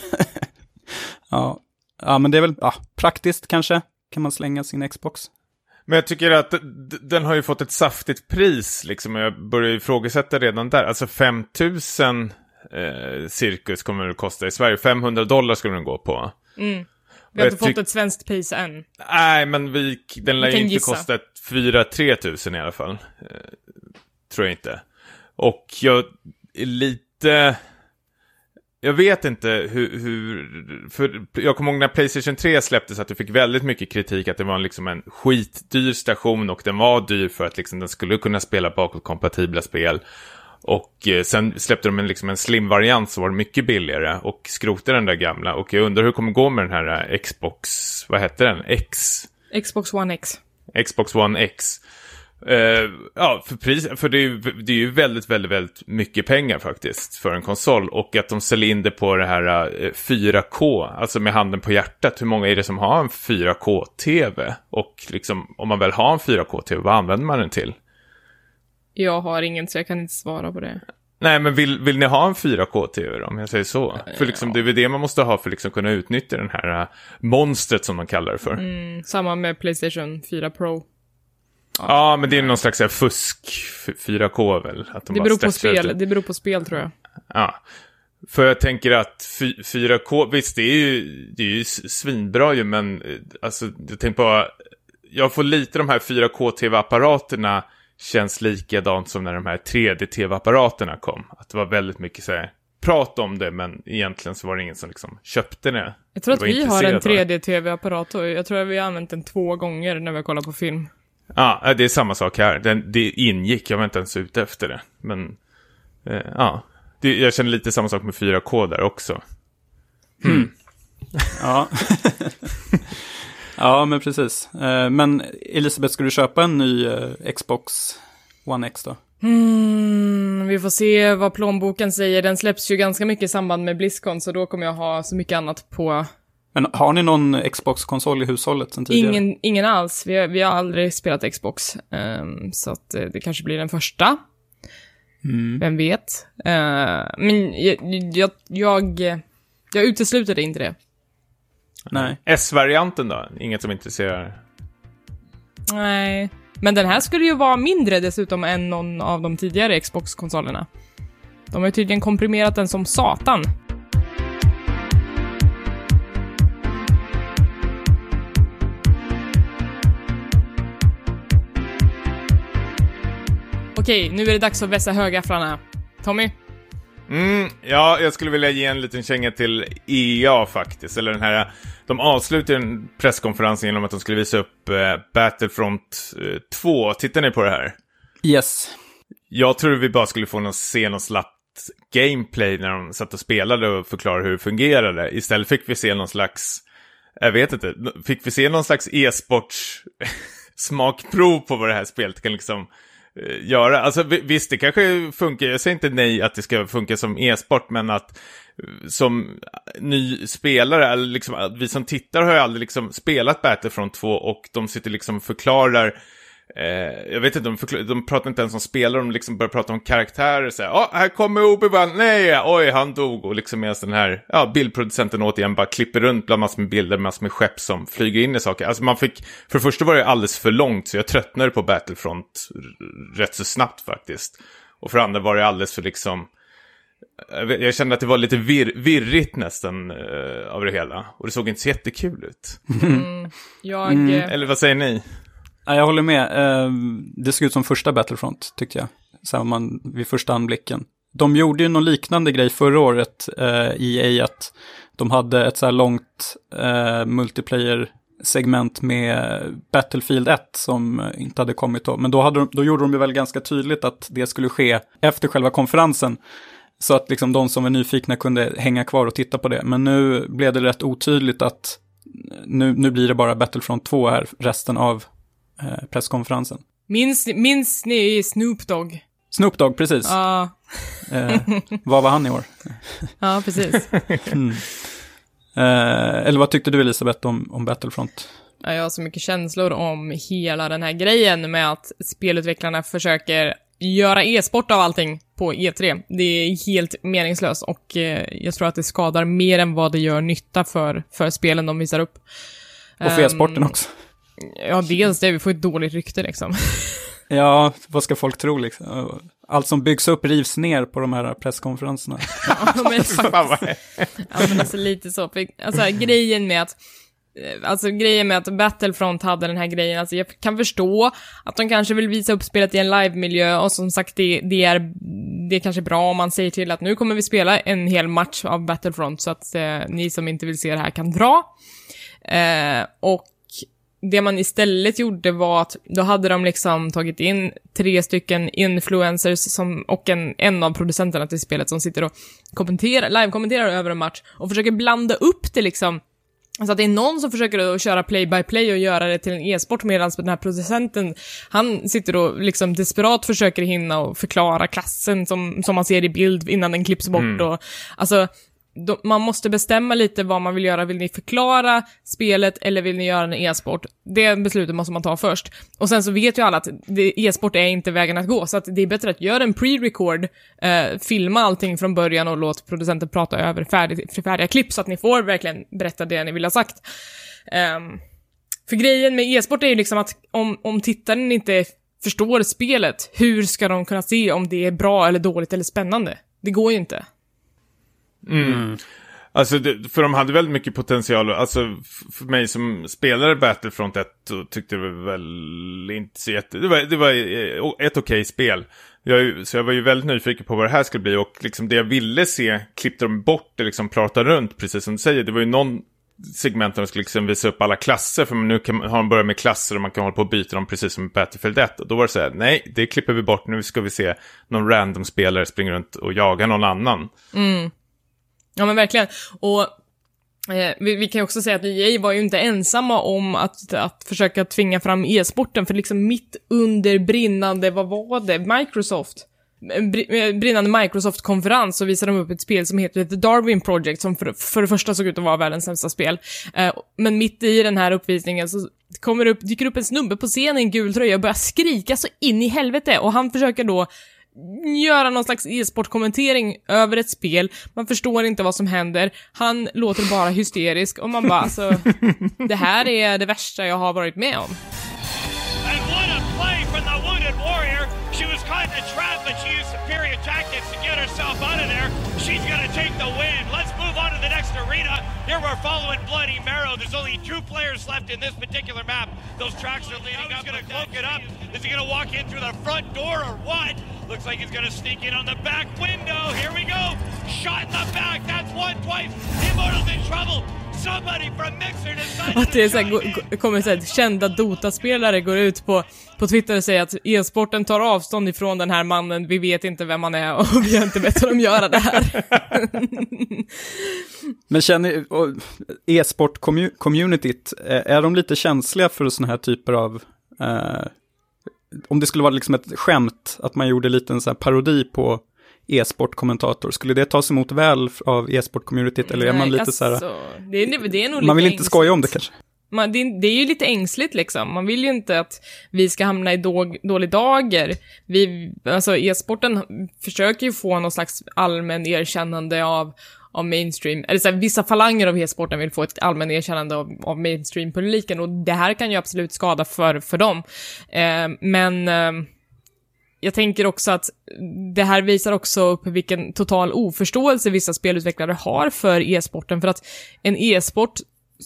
Ja. Ja, men det är väl ja, praktiskt kanske. Kan man slänga sin Xbox. Men jag tycker att d- den har ju fått ett saftigt pris liksom. Jag börjar ifrågasätta redan där. Alltså fem tusen eh, cirkus kommer det att kosta i Sverige. femhundra dollar skulle den gå på. Mm. Vi har inte ty- fått ett svenskt pris än. Nej, men vi, den lär ju inte gissa. kosta fyra till tre tusen i alla fall. Eh, tror jag inte. Och jag är lite... Jag vet inte hur, hur... För jag kommer ihåg när PlayStation tre släpptes att du fick väldigt mycket kritik att det var liksom en skitdyr station, och den var dyr för att liksom den skulle kunna spela bakåtkompatibla spel. Och eh, sen släppte de en, liksom en slim-variant som var mycket billigare och skrotade den där gamla. Och jag undrar hur det kommer gå med den här uh, Xbox... Vad hette den? X? Xbox One X. Xbox One X. Uh, ja, för, pris, för det, är ju, det är ju väldigt, väldigt, väldigt mycket pengar faktiskt för en konsol. Och att de säljer in det på det här uh, fyra K, alltså med handen på hjärtat. Hur många är det som har en fyra K-T V? Och liksom, om man väl har en fyra K-T V, vad använder man den till? Jag har inget så jag kan inte svara på det. Nej, men vill, vill ni ha en fyra K-tv då, om jag säger så? För liksom, ja. det är väl det man måste ha för att liksom kunna utnyttja den här uh, monstret som man kallar det för. Mm, samma med PlayStation fyra Pro. Ja, ja men det är någon slags här, fusk fyra K väl? Att de det, bara beror på spel, ut. det beror på spel tror jag. Ja, för jag tänker att fyra K, visst det är ju, det är ju svinbra ju, men alltså, jag tänker på, jag får lite de här fyra K-tv-apparaterna känns likadant som när de här tre D-tv-apparaterna kom. Att det var väldigt mycket så här, prat om det, men egentligen så var det ingen som liksom köpte det. Jag tror att vi har en tre av. D-tv-apparat och jag tror att vi har använt den två gånger när vi har kollat på film. Ja, det är samma sak här. Den, det ingick, jag var inte ens ute efter det. Men, eh, ja. Det, jag känner lite samma sak med fyra K där också. Mm. Ja. Ja, men precis. Men Elisabeth, ska du köpa en ny Xbox One X då? Mm, vi får se vad plånboken säger. Den släpps ju ganska mycket i samband med BlizzCon, så då kommer jag ha så mycket annat på. Men har ni någon Xbox-konsol i hushållet sen tidigare? Ingen, ingen alls. Vi har, vi har aldrig spelat Xbox. Um, så att uh, det kanske blir den första. Mm. Vem vet? Uh, men jag, jag, jag, jag utesluter inte det. Nej. S-varianten då? Inget som intresserar? Nej. Men den här skulle ju vara mindre dessutom än någon av de tidigare Xbox-konsolerna. De har ju tydligen komprimerat den som satan. Okej, nu är det dags att vässa högafflarna. Tommy? Mm, ja, jag skulle vilja ge en liten känga till E A faktiskt. Eller den här, de avslutade en presskonferens genom att de skulle visa upp eh, Battlefront eh, två. Tittar ni på det här? Yes. Jag tror vi bara skulle få någon, se någon slapp gameplay när de satt och spelade och förklarade hur det fungerade. Istället fick vi se någon slags, jag vet inte, fick vi se någon slags e-sports smakprov på vad det här spelet kan liksom göra. Alltså visst, det kanske funkar. Jag säger inte nej att det ska funka som e-sport, men att som ny spelare, liksom, vi som tittar har ju aldrig liksom spelat Battlefront två och de sitter liksom och förklarar eh, jag vet inte, de, förklar, de pratar inte ens om spelare, de liksom börjar prata om karaktärer, så här, oh, här kommer Obi-Wan, nej, oj, han dog, och liksom medan den här, ja, bildproducenten återigen bara klipper runt bland massor med bilder, massor med skepp som flyger in i saker. Alltså man fick, för det första var det alldeles för långt, så jag tröttnade på Battlefront rätt så snabbt faktiskt. Och för andra var det alldeles för liksom, jag kände att det var lite vir, virrigt nästan uh, av det hela. Och det såg inte så jättekul ut. Mm, jag... Mm. Eller vad säger ni? Ja, jag håller med. Det såg ut som första Battlefront, tyckte jag. Så man, vid första anblicken. De gjorde ju någon liknande grej förra året uh, i E A, att de hade ett så här långt uh, multiplayer-segment med Battlefield ett som inte hade kommit då. Men då, hade de, då gjorde de ju väl ganska tydligt att det skulle ske efter själva konferensen. Så att liksom de som var nyfikna kunde hänga kvar och titta på det. Men nu blev det rätt otydligt att nu, nu blir det bara Battlefront två här resten av eh, presskonferensen. Minns, minns ni Snoop Dogg? Snoop Dogg, precis. Ja. Eh, vad var han i år? Ja, precis. mm. eh, eller vad tyckte du, Elisabeth, om, om Battlefront? Ja, jag har så mycket känslor om hela den här grejen med att spelutvecklarna försöker göra e-sport av allting på E tre. Det är helt meningslöst och eh, jag tror att det skadar mer än vad det gör nytta för, för spelen de visar upp. Och för e-sporten um, också. Ja, dels det. Vi får ett dåligt rykte liksom. Ja, vad ska folk tro liksom? Allt som byggs upp rivs ner på de här presskonferenserna. Ja, men faktiskt. Ja, men alltså lite så. För, alltså grejen med att Alltså grejen med att Battlefront hade den här grejen, alltså jag kan förstå att de kanske vill visa upp spelet i en live-miljö, och som sagt det, det är det är kanske bra om man säger till att nu kommer vi spela en hel match av Battlefront så att eh, ni som inte vill se det här kan dra. Eh, och det man istället gjorde var att då hade de liksom tagit in tre stycken influencers som, och en, en av producenterna till spelet som sitter och kommenterar, live-kommenterar över en match och försöker blanda upp det liksom. Så att det är någon som försöker att köra play-by-play och göra det till en e-sport, medan den här producenten, han sitter och liksom desperat försöker hinna och förklara klassen som, som man ser i bild innan den klipps bort. Mm. Och, alltså, de, man måste bestämma lite vad man vill göra. Vill ni förklara spelet eller vill ni göra en e-sport? Det beslutet måste man ta först. Och sen så vet ju alla att det, e-sport är inte vägen att gå, så att det är bättre att göra en pre-record, eh, filma allting från början och låt producenten prata över färdig, färdiga klipp så att ni får verkligen berätta det ni vill ha sagt. Um, för grejen med e-sport är ju liksom att om, om tittaren inte förstår spelet, hur ska de kunna se om det är bra eller dåligt eller spännande? Det går ju inte. Mm. Mm. Alltså, det, för de hade väldigt mycket potential. Alltså, för mig som spelare Battlefront ett och tyckte det var väl inte så jätte... Det var, det var ett okej spel. Jag, så jag var ju väldigt nyfiken på vad det här skulle bli. Och liksom det jag ville se klippte de bort det, liksom prata runt, precis som du säger. Det var ju någon segment där de skulle liksom visa upp alla klasser. För nu kan man, har de börjat med klasser och man kan hålla på och byta dem precis som i Battlefield ett. Och då var det så här, nej, det klipper vi bort. Nu ska vi se någon random spelare springa runt och jaga någon annan. Mm. Ja, men verkligen. Och eh, vi, vi kan ju också säga att E A var ju inte ensamma om att, att försöka tvinga fram e-sporten. För liksom mitt under brinnande, vad var det? Microsoft. Br- brinnande Microsoft-konferens så visade de upp ett spel som heter The Darwin Project, som för, för det första såg ut att vara världens sämsta spel. Eh, men mitt i den här uppvisningen så kommer upp, dyker upp en snubbe på scenen i en gul tröja och börjar skrika så in i helvete. Och han försöker då göra någon slags e-sportkommentering över ett spel. Man förstår inte vad som händer. Han låter bara hysterisk och man bara, alltså, det här är det värsta jag har varit med om. And what a play from the wounded warrior. She was caught in a trap, but she used superior tactics to get herself out of there. She's going to take the win. Let's move on to the next arena. Here we're following Bloody Marrow. There's only two players left in this particular map. Those tracks are leading up. He's going to cloak it up. Is he going to walk in through the front door or what? Looks like he's going to sneak in on the back window. Here we go. Shot in the back. That's one twice. Immortal's in trouble. Somebody from Mixer decided att det är så här, kommer så här, kända Dota-spelare går ut på, på Twitter och säger att e-sporten tar avstånd ifrån den här mannen, vi vet inte vem han är och vi har inte bett dem göra det här. Men känner e-sport-communityt, är de lite känsliga för såna här typer av, eh, om det skulle vara liksom ett skämt att man gjorde lite en så här parodi på e-sportkommentator, skulle det tas emot väl av e-sport-communityt, eller är man lite alltså, så här, det är, det är nog man vill lite inte skoja om det kanske? Man, det, det är ju lite ängsligt liksom. Man vill ju inte att vi ska hamna i då, dålig dager. Vi, alltså e-sporten försöker ju få någon slags allmän erkännande av, av mainstream. Eller så här, vissa falanger av e-sporten vill få ett allmän erkännande av, av mainstream-publiken. Och det här kan ju absolut skada för, för dem. Eh, men... Eh, jag tänker också att det här visar också upp vilken total oförståelse vissa spelutvecklare har för e-sporten. För att en e-sport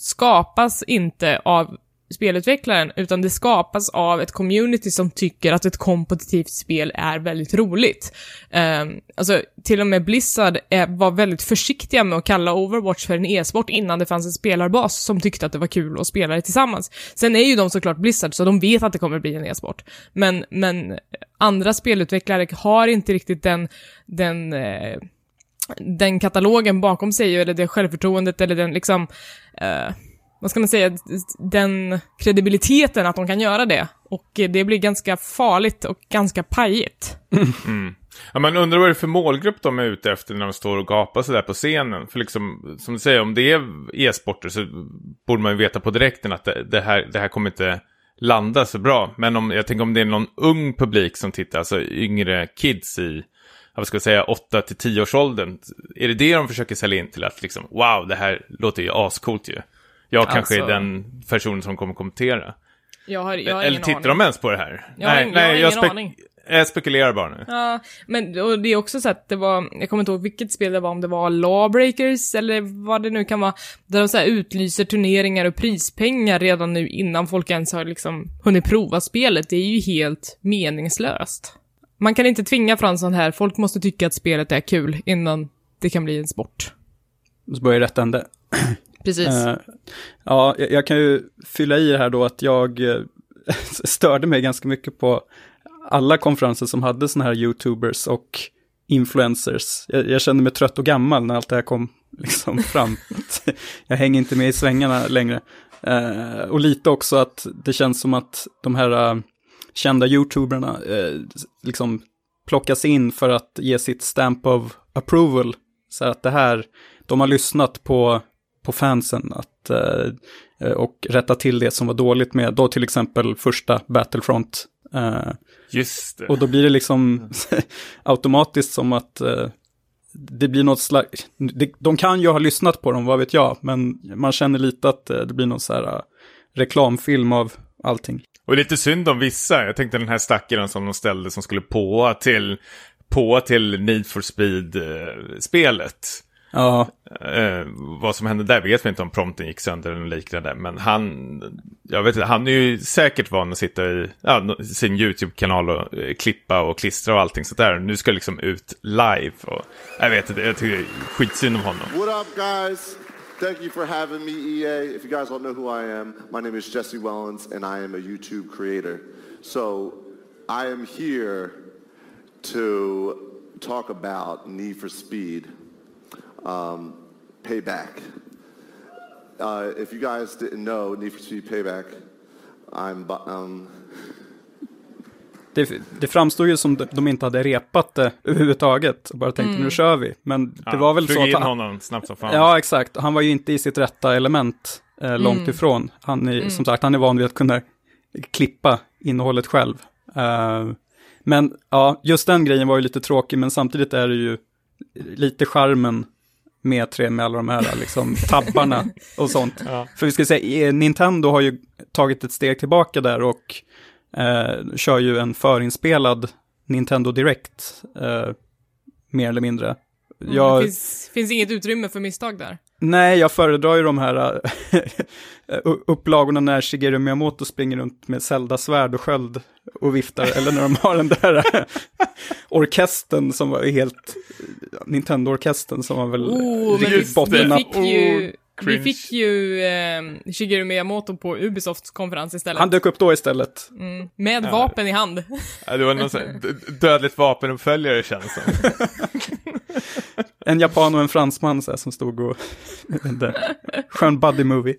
skapas inte av spelutvecklaren, utan det skapas av ett community som tycker att ett kompetitivt spel är väldigt roligt. Um, alltså, till och med Blizzard är, var väldigt försiktiga med att kalla Overwatch för en e-sport innan det fanns en spelarbas som tyckte att det var kul att spela det tillsammans. Sen är ju de såklart Blizzard, så de vet att det kommer bli en e-sport. Men, men andra spelutvecklare har inte riktigt den... den eh, den katalogen bakom sig, eller det självförtroendet, eller den liksom, eh, vad ska man säga, den kredibiliteten att de kan göra det. Och det blir ganska farligt och ganska pajigt. Mm. Ja, man undrar vad det är för målgrupp de är ute efter när de står och gapar sådär på scenen. För liksom, som du säger, om det är e-sporter så borde man ju veta på direkten att det, det, här, det här kommer inte landa så bra. Men om, jag tänker om det är någon ung publik som tittar, alltså yngre kids i, vad ska jag säga, åtta till tio års åldern. Är det det de försöker sälja in till? Att liksom, wow, det här låter ju ascoolt ju. Jag alltså, kanske är den personen som kommer kommentera. Jag har, jag har Eller tittar aning. de ens på det här? Jag har, nej, jag nej, har jag, ingen spek- aning. jag spekulerar bara nu. Ja, men och det är också så att det var, jag kommer inte ihåg vilket spel det var, om det var Lawbreakers eller vad det nu kan vara, där de så här utlyser turneringar och prispengar redan nu innan folk ens har liksom hunnit prova spelet. Det är ju helt meningslöst. Man kan inte tvinga fram sånt här. Folk måste tycka att spelet är kul innan det kan bli en sport. Så börjar rätt ände. Precis. Uh, ja, jag, jag kan ju fylla i här då att jag uh, störde mig ganska mycket på alla konferenser som hade såna här YouTubers och influencers. Jag, jag kände mig trött och gammal när allt det här kom liksom fram. Jag hänger inte med i svängarna längre. Uh, och lite också att det känns som att de här... Uh, kända YouTuberna eh, liksom plockas in för att ge sitt stamp of approval. Så att det här, de har lyssnat på, på fansen att, eh, och rättat till det som var dåligt med då till exempel första Battlefront. Eh, Just det. Och då blir det liksom automatiskt som att eh, det blir något slags, de kan ju ha lyssnat på dem, vad vet jag, men man känner lite att eh, det blir någon så här uh, reklamfilm av allting. Och lite synd om vissa. Jag tänkte den här stackaren som de ställde som skulle på till, på till Need for Speed-spelet. Ja. Eh, vad som hände där vet vi inte, om prompten gick sönder eller liknande. Men han, jag vet inte, han är ju säkert van att sitta i ja, sin YouTube-kanal och eh, klippa och klistra och allting så där. Nu ska det liksom ut live. Och, jag vet inte, jag tycker det är skitsynd om honom. What up guys? Thank you for having me, E A. If you guys don't know who I am, my name is Jesse Wellens and I am a YouTube creator. So I am here to talk about Need for Speed um, Payback. Uh, if you guys didn't know Need for Speed Payback, I'm... Um, Det, det framstod ju som de inte hade repat det överhuvudtaget. Och bara tänkte, mm. nu kör vi. Men det ja, var väl så att han... honom snabbt som fan. Ja, exakt. Han var ju inte i sitt rätta element eh, långt mm. ifrån. Han är, mm. som sagt, han är van vid att kunna klippa innehållet själv. Uh, men ja, just den grejen var ju lite tråkig. Men samtidigt är det ju lite charmen med tre med alla de här liksom, tabbarna och sånt. Ja. För vi ska säga, Nintendo har ju tagit ett steg tillbaka där och Uh, kör ju en förinspelad Nintendo Direct uh, mer eller mindre. Mm, jag, det finns, finns inget utrymme för misstag där. Nej, jag föredrar ju de här uh, upplagorna när Shigeru Miyamoto springer runt med Zelda-svärd och sköld och viftar, eller när de har den där uh, orkestern som var helt Nintendo-orkestern som var väl oh, men vi, vi fick ju Vi fick ju eh, Shigeru Miyamoto på Ubisofts konferens istället. Han dök upp då istället. Mm, med ja. vapen i hand. Ja, det var någon sån dödligt vapenuppföljare känns som. En japan och en fransman så här, som stod och inte, skön buddy movie.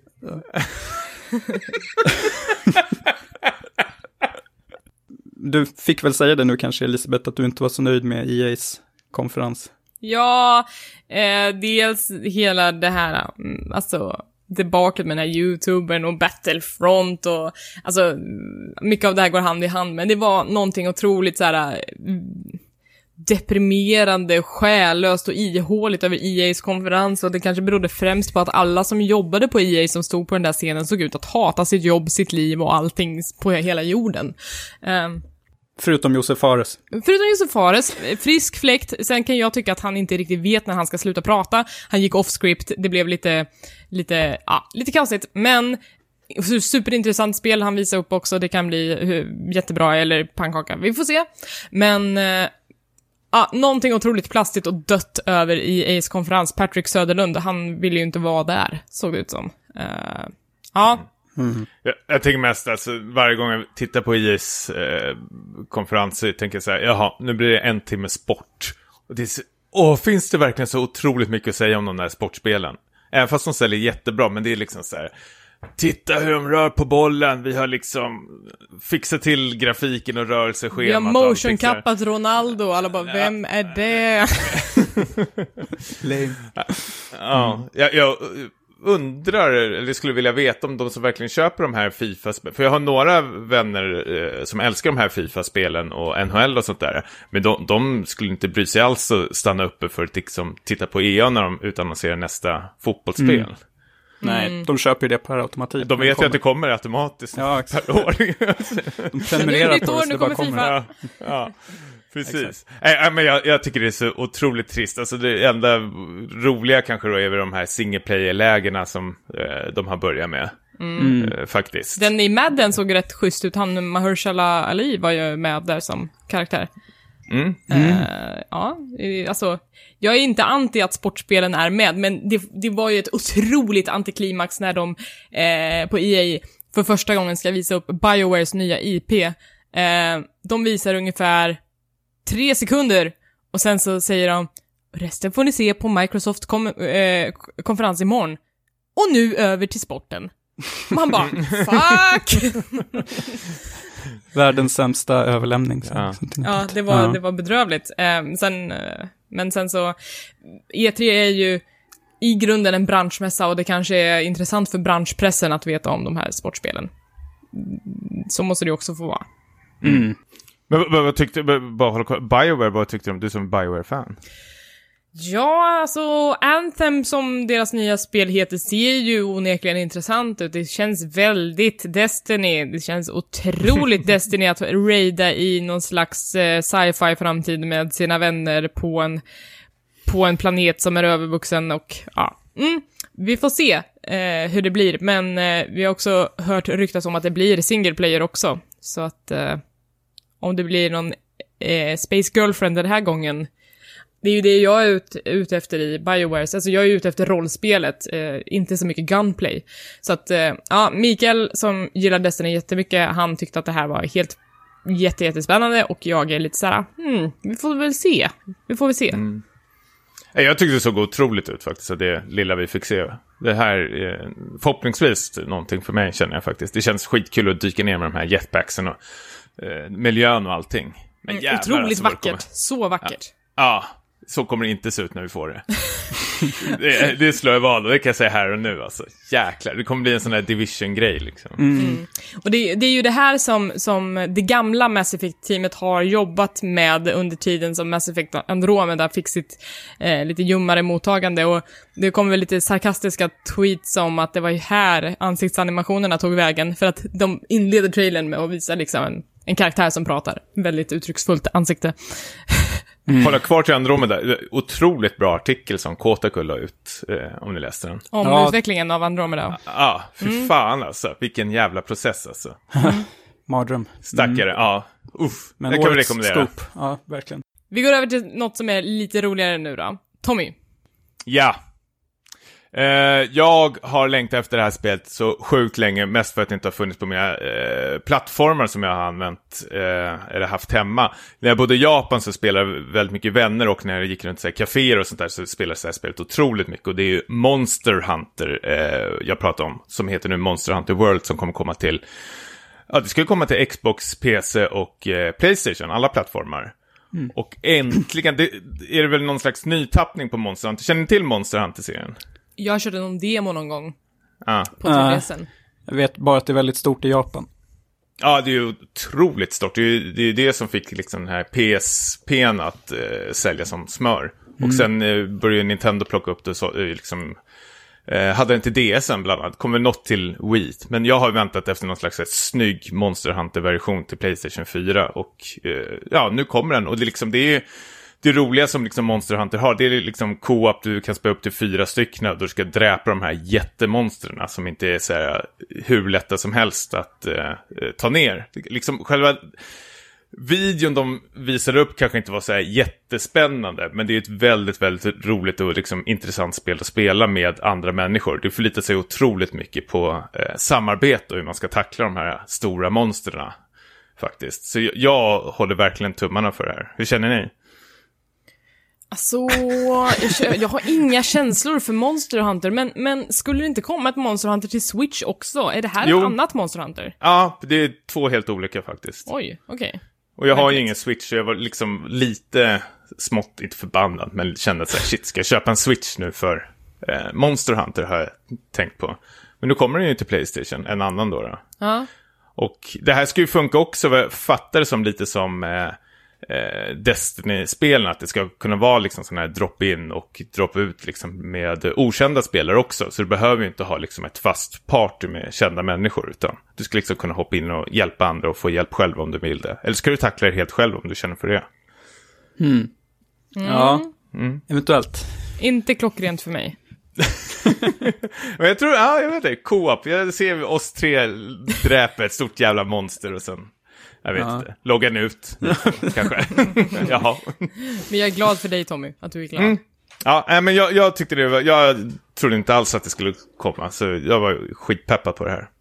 Du fick väl säga det nu kanske, Elisabeth, att du inte var så nöjd med E A:s konferens. Ja, eh, dels hela det här, alltså debaklet med den här YouTubern och Battlefront och alltså mycket av det här går hand i hand, men det var någonting otroligt så här deprimerande, själlöst och ihåligt över E A:s konferens, och det kanske berodde främst på att alla som jobbade på E A som stod på den där scenen såg ut att hata sitt jobb, sitt liv och allting på hela jorden. Um, Förutom Josef Fares. Förutom Josef Fares, frisk fläkt. Sen kan jag tycka att han inte riktigt vet när han ska sluta prata. Han gick off script, det blev lite, lite, ja, lite kaosigt. Men superintressant spel han visar upp också. Det kan bli jättebra eller pannkaka, vi får se. Men ja, någonting otroligt plastigt och dött över i E A:s konferens. Patrick Söderlund, han ville ju inte vara där, såg det ut som. Uh, ja. Mm. Jag, jag tänker mest, alltså, varje gång jag tittar på E A:s eh, konferenser tänker jag så här, jaha, nu blir det en timme sport. Och det är så, åh, finns det verkligen så otroligt mycket att säga om de där sportspelen? Även fast de säljer jättebra, men det är liksom så här, titta hur de rör på bollen, vi har liksom fixat till grafiken och rörelseschemat. Vi har motion-kappat Ronaldo, alla bara, vem är det? Lame. Ja, jag... jag undrar, eller skulle vilja veta om de som verkligen köper de här FIFA-spelen. För jag har några vänner eh, som älskar de här FIFA-spelen och N H L och sånt där. Men de, de skulle inte bry sig alls att stanna uppe för att liksom, titta på E A när de utannonserar nästa fotbollsspel. Mm. Nej, mm. de köper ju det per automatik. De vet ju att det kommer automatiskt ja, per år. De prenumererar på det, så det bara kommer. Ja, ja. Precis. Äh, men jag, jag tycker det är så otroligt trist. Alltså det enda roliga kanske då är väl de här singleplayer-lägena som eh, de har börjat med. Mm. Eh, faktiskt. Den i Madden såg rätt schysst ut. Han, Mahershala Ali var ju med där som karaktär. Mm. Mm. Uh, ja, alltså jag är inte anti att sportspelen är med, men det, det var ju ett otroligt antiklimax när de eh, på E A för första gången ska visa upp BioWares nya I P. Eh, de visar ungefär tre sekunder och sen så säger de, resten får ni se på Microsoft kom, eh, konferens imorgon. Och nu över till sporten. Man bara, fuck! Världens sämsta överlämning. Så. Ja, ja det, var, ja. det var bedrövligt. Eh, sen, men sen så, E tre är ju i grunden en branschmässa och det kanske är intressant för branschpressen att veta om de här sportspelen. Så måste det också få vara. Mm. Men vad, vad tyckte bara BioWare, vad tyckte du om, du som BioWare-fan? Ja, alltså Anthem som deras nya spel heter ser ju onekligen intressant ut. Det känns väldigt Destiny. Det känns otroligt Destiny att raida i någon slags eh, sci-fi framtid med sina vänner på en, på en planet som är övervuxen och ja. Mm, vi får se eh, hur det blir. Men eh, vi har också hört ryktas om att det blir single player också. Så att eh, om det blir någon eh, Space Girlfriend den här gången. Det är ju det jag är ut, ute efter i BioWare. Alltså jag är ute efter rollspelet, eh, inte så mycket gunplay. Så att, eh, ja, Mikael som gillar Destiny jättemycket, han tyckte att det här var helt jätte, jättespännande och jag är lite såhär, hmm, vi får väl se. Vi får väl se. Mm. Jag tyckte det såg otroligt ut faktiskt, så det lilla vi fick se. Det här är förhoppningsvis någonting för mig, känner jag faktiskt. Det känns skitkul att dyka ner med de här jetpacksen och eh, miljön och allting. Men jävlar, otroligt alltså, vackert, så vackert. Ja. ja. Så kommer det inte se ut när vi får det. det, det slår jag vad och det kan jag säga här och nu. Alltså. Jäklar, det kommer bli en sån här Division-grej. Liksom. Mm. Mm. Och det, det är ju det här som, som det gamla Mass Effect-teamet har jobbat med under tiden som Mass Effect Andromeda fick sitt eh, lite ljummare mottagande. Och det kom väl lite sarkastiska tweets om att det var ju här ansiktsanimationerna tog vägen. För att de inleder trailern med att visa liksom en, en karaktär som pratar. Väldigt uttrycksfullt ansikte. Mm. Hålla kvar till Andromeda. Otroligt bra artikel som Kotaku la ut, eh, om ni läste den. Om ja. utvecklingen av Andromeda. Ja, ah, för mm. fan alltså. Vilken jävla process alltså. Mm. Mardröm. Stackare, mm. ja. Uff, men det kan vi rekommendera. Scoop. Ja, verkligen. Vi går över till något som är lite roligare nu då. Tommy. Ja. Uh, jag har längtat efter det här spelet så sjukt länge, mest för att det inte har funnits på mina uh, plattformar som jag har använt uh, eller haft hemma. När jag bodde i Japan så spelade jag väldigt mycket vänner och när jag gick runt så här kaféer och sånt där så spelade det här spelet otroligt mycket. Och det är ju Monster Hunter uh, jag pratar om, som heter nu Monster Hunter World, som kommer komma till, ja, det ska komma till Xbox, P C och uh, PlayStation, alla plattformar. Mm. Och äntligen, det, är det väl någon slags nytappning på Monster Hunter. Känner ni till Monster Hunter-serien? Jag körde någon demo någon gång ah. på tre D S. Uh, jag vet bara att det är väldigt stort i Japan. Ja, det är ju otroligt stort. Det är ju det, är det som fick liksom den här P S P:n att eh, sälja som smör. Mm. Och sen eh, började Nintendo plocka upp det så, eh, liksom, eh, hade den till D S:en bland annat. Kommer något till Wii. Men jag har väntat efter någon slags ett snygg Monster Hunter-version till PlayStation fyra. Och eh, ja, nu kommer den. Och det, liksom, det är det roliga som liksom Monster Hunter har, det är liksom co-op, du kan spela upp till fyra stycken och du ska dräpa de här jättemonsterna som inte är så här hur lätta som helst att eh, ta ner. Liksom själva videon de visade upp kanske inte var så här jättespännande, men det är ett väldigt, väldigt roligt och liksom intressant spel att spela med andra människor. Du förlitar sig otroligt mycket på eh, samarbete och hur man ska tackla de här stora monsterna faktiskt. Så jag, jag håller verkligen tummarna för det här. Hur känner ni? Alltså, jag, jag har inga känslor för Monster Hunter, men, men skulle det inte komma ett Monster Hunter till Switch också? Är det här jo. ett annat Monster Hunter? Ja, det är två helt olika faktiskt. Oj, okej. Okay. Och jag har ju ingen Switch, så jag var liksom lite smått, inte förbannad, men kände att så här, shit, ska jag köpa en Switch nu för eh, Monster Hunter har jag tänkt på. Men nu kommer den ju till PlayStation, en annan då. då. Ja. Och det här ska ju funka också, jag fattar det som lite som eh, eh, Destiny-spelen, att det ska kunna vara liksom sån här drop-in och drop-ut liksom med okända spelare också. Så du behöver ju inte ha liksom ett fast party med kända människor, utan du ska liksom kunna hoppa in och hjälpa andra och få hjälp själv om du vill det. Eller ska du tackla det helt själv om du känner för det? Mm. Mm. Ja, mm. eventuellt. Inte klockrent för mig. Men jag tror, ja jag vet det, co-op. Jag ser oss tre dräpa ett stort jävla monster och sen, jag vet ja. inte, logga ut kanske. Jaha. Men jag är glad för dig, Tommy, att du är glad. Mm. Ja, men jag, jag tyckte det var, jag trodde inte alls att det skulle komma, så jag var skitpeppad på det här.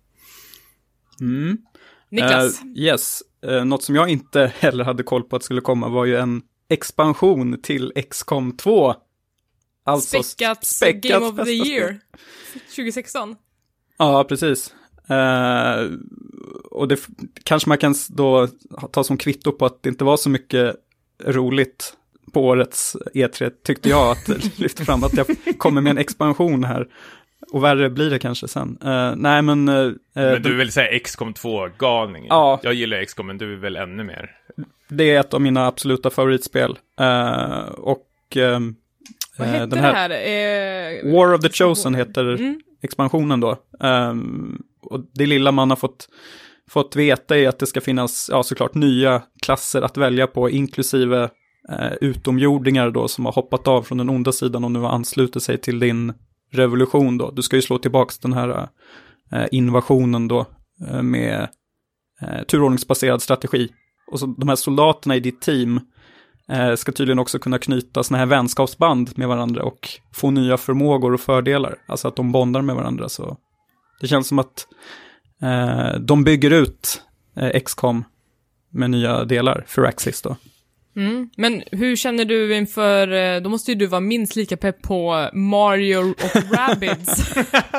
Mm. Niklas? Uh, yes, uh, något som jag inte heller hade koll på att skulle komma var ju en expansion till X COM två. Alltså späckat, späckat Game of the Year tjugo sexton. Ja, precis. Uh, och det kanske man kan då ta som kvitto på att det inte var så mycket roligt på årets E tre tyckte jag att lyfta fram att jag kommer med en expansion här. Och värre blir det kanske sen. Uh, nej men... Uh, men du vill säga X COM två-galning. Ja. Jag gillar X COM, men du är väl ännu mer. Det är ett av mina absoluta favoritspel. Uh, och... Um, Vad heter den här, det här? Eh, War of the Chosen heter mm. expansionen då. Um, och det lilla man har fått, fått veta är att det ska finnas, ja, såklart nya klasser att välja på, inklusive uh, utomjordingar då som har hoppat av från den onda sidan och nu har anslutit sig till din revolution då. Du ska ju slå tillbaka den här uh, invasionen då uh, med uh, turordningsbaserad strategi. Och så de här soldaterna i ditt team uh, ska tydligen också kunna knyta såna här vänskapsband med varandra och få nya förmågor och fördelar. Alltså att de bondar med varandra. Så det känns som att uh, de bygger ut uh, X COM med nya delar för Axis då. Mm. Men hur känner du inför, då måste ju du vara minst lika pepp på Mario och Rabbids.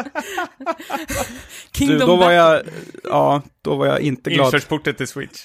Kingdom du, då var jag, ja, då var jag inte glad. Inkörsporten till Switch.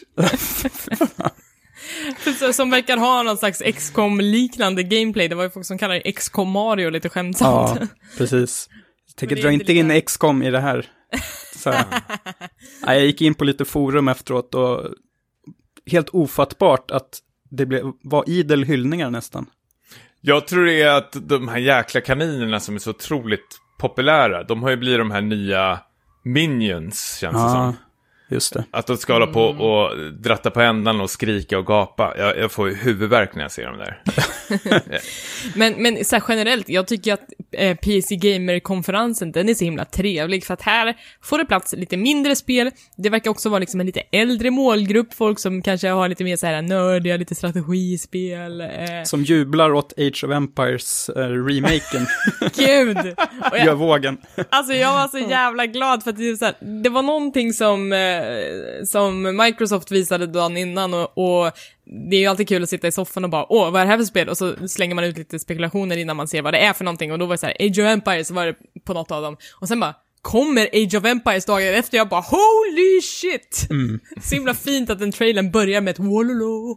Som verkar ha någon slags X COM-liknande gameplay. Det var ju folk som kallar det X COM Mario lite skämtsamt. Ja, precis. Jag tänker dra inte inte in X COM i det här. Så, ja, jag gick in på lite forum efteråt och helt ofattbart att det blev, var idel hyllningar nästan. Jag tror det är att de här jäkla kaninerna som är så otroligt populära, de har ju blivit de här nya Minions, känns det ja, som. Just det. Att de ska hålla på och dratta på ändan och skrika och gapa. Jag, jag får ju huvudvärk när jag ser dem där. men men så här, generellt, jag tycker att eh, P C Gamer-konferensen, den är så himla trevlig. För att här får det plats lite mindre spel. Det verkar också vara liksom en lite äldre målgrupp. Folk som kanske har lite mer så här nördiga, lite strategispel. Eh. Som jublar åt Age of Empires eh, remaken. Gud! Och jag, Gör vågen. Alltså jag var så jävla glad för att det, så här, det var någonting som... Eh, som Microsoft visade dagen innan och, och det är ju alltid kul att sitta i soffan och bara, åh, vad är det här för spel? Och så slänger man ut lite spekulationer innan man ser vad det är för någonting. Och då var det så här, Age of Empires var det på något av dem. Och sen bara, kommer Age of Empires dagen efter? Jag bara, holy shit! Mm. Så himla fint att den trailern börjar med ett wololo.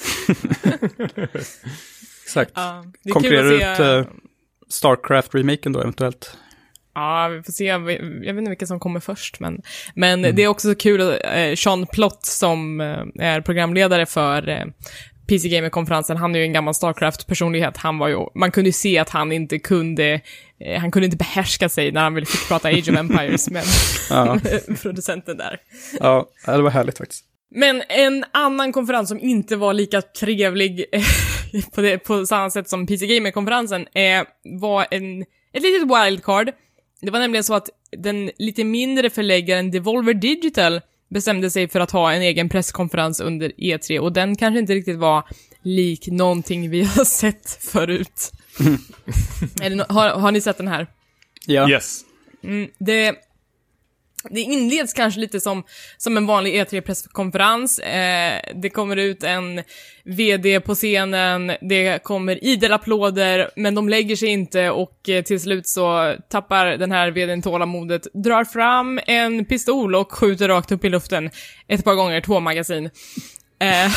Exakt. Uh, Konkurrerar se... ut uh, Starcraft-remaken då eventuellt? Ja, vi får se. Jag vet inte vilka som kommer först, men, men mm. det är också så kul att eh, Sean Plott som eh, är programledare för eh, P C Gamer-konferensen, han är ju en gammal Starcraft-personlighet. Han var ju, man kunde ju se att han inte kunde, eh, han kunde inte behärska sig när han ville fick prata Age of Empires med producenten där. Ja, det var härligt faktiskt. Men en annan konferens som inte var lika trevlig på, det, på samma sätt som P C Gamer-konferensen eh, var en, ett litet wildcard. Det var nämligen så att den lite mindre förläggaren Devolver Digital bestämde sig för att ha en egen presskonferens under E tre. Och den kanske inte riktigt var lik någonting vi har sett förut. Är det no- har, har ni sett den här? Ja. Yes. Mm, det... Det inleds kanske lite som, som en vanlig E tre-presskonferens. Eh, det kommer ut en vd på scenen, det kommer idel applåder, men de lägger sig inte och eh, till slut så tappar den här vdn tålamodet, drar fram en pistol och skjuter rakt upp i luften ett par gånger, två magasin. Eh,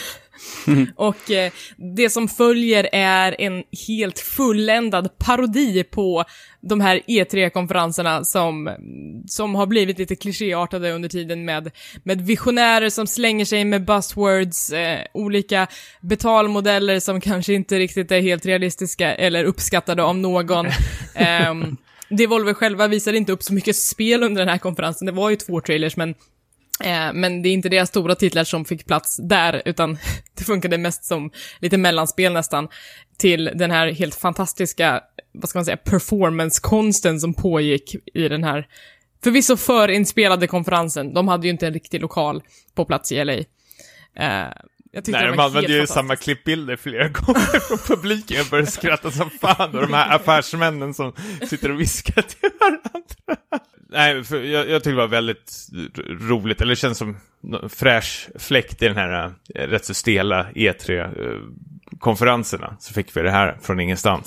och eh, det som följer är en helt fulländad parodi på de här E tre-konferenserna som, som har blivit lite klichéartade under tiden med, med visionärer som slänger sig med buzzwords, eh, olika betalmodeller som kanske inte riktigt är helt realistiska eller uppskattade av någon. eh, Devolver själva visade inte upp så mycket spel under den här konferensen, det var ju två trailers, men Eh, men det är inte deras stora titlar som fick plats där, utan det funkade mest som lite mellanspel nästan till den här helt fantastiska, vad ska man säga, performance-konsten som pågick i den här förvisso förinspelade konferensen. De hade ju inte en riktig lokal på plats i L A. Eh, jag Nej, de använde ju samma klippbilder flera gånger från publiken. Jag började skratta som fan. Och de här affärsmännen som sitter och viskar till varandra. Nej, för jag, jag tycker det var väldigt roligt. Eller det känns som en fräsch fläkt i den här äh, rätt så stela E tre-konferenserna. Så fick vi det här från ingenstans.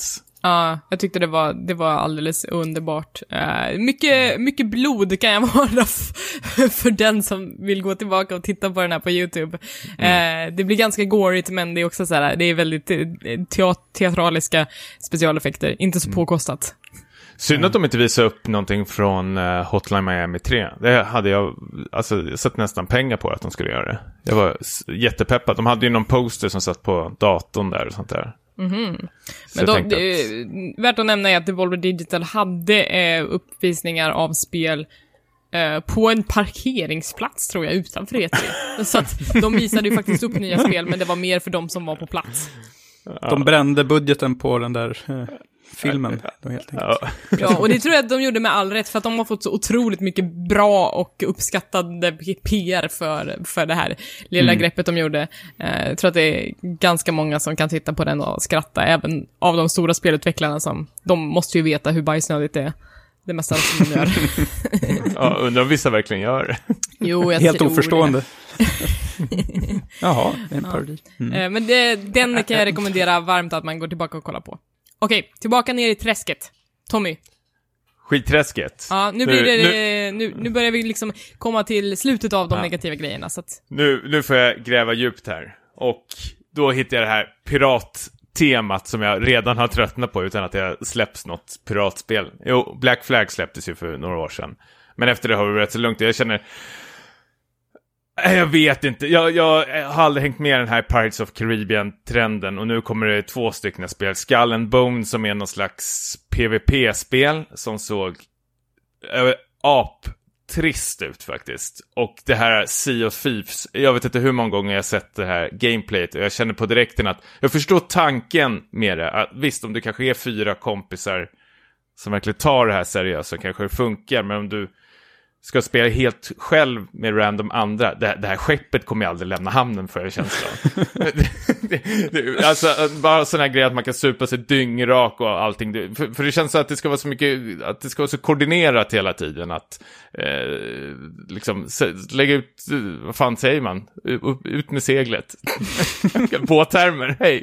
Ja, jag tyckte det var, det var alldeles underbart. Uh, mycket, mycket blod kan jag vara f- för den som vill gå tillbaka och titta på den här på YouTube. Mm. Uh, det blir ganska gorigt, men det är också så här, det är väldigt teat- teatraliska specialeffekter, inte så mm. påkostat. Synd att de inte visade upp någonting från uh, Hotline Miami tre. Det hade jag, alltså, jag satt nästan pengar på att de skulle göra det. Jag var jättepeppad. De hade ju någon poster som satt på datorn där och sånt där. Mm-hmm. Men då, det är att... värt att nämna är att Devolver Digital hade eh, uppvisningar av spel eh, på en parkeringsplats, tror jag, utanför E tre. Så att de visade ju faktiskt upp nya spel, men det var mer för de som var på plats. De brände budgeten på den där eh, filmen då, helt enkelt. Ja, och det tror jag att de gjorde med all rätt, för att de har fått så otroligt mycket bra och uppskattade P R för, för det här lilla mm. greppet de gjorde. Uh, jag tror att det är ganska många som kan titta på den och skratta, även av de stora spelutvecklarna som, de måste ju veta hur bajsnödigt det är. Det mesta som de gör. Ja, undrar om vissa verkligen gör det. Jo, jag helt tror oförstående. Det. Jaha, en parodi. Mm. Uh, men det, den kan jag rekommendera varmt att man går tillbaka och kollar på. Okej, tillbaka ner i träsket. Tommy. Skitträsket. Ja, nu blir det, nu, nu, nu börjar vi liksom komma till slutet av de ja. negativa grejerna. Så att... nu, nu får jag gräva djupt här. Och då hittar jag det här pirattemat som jag redan har tröttnat på utan att det släpps något piratspel. Jo, Black Flag släpptes ju för några år sedan. Men efter det har vi rätt så lugnt. Jag känner... Jag vet inte, jag, jag har aldrig hängt med i den här Pirates of Caribbean-trenden och nu kommer det två stycken spel. Skull and Bones som är någon slags PvP-spel som såg äh, ap-trist ut faktiskt. Och det här Sea of Thieves, jag vet inte hur många gånger jag har sett det här gameplayet och jag känner på direkten att jag förstår tanken med det. Att, visst, om du kanske är fyra kompisar som verkligen tar det här seriöst så kanske det funkar, men om du ska spela helt själv med random andra. Det, det här skeppet kommer jag aldrig lämna hamnen för, jag känslan. det, det, alltså, bara sån här grej att man kan supa sig dyngrak och allting. Det, för, för det känns så att det ska vara så mycket, att det ska vara så koordinerat hela tiden. Att eh, liksom lägga ut, vad fan säger man? Ut med seglet. På termer, hej.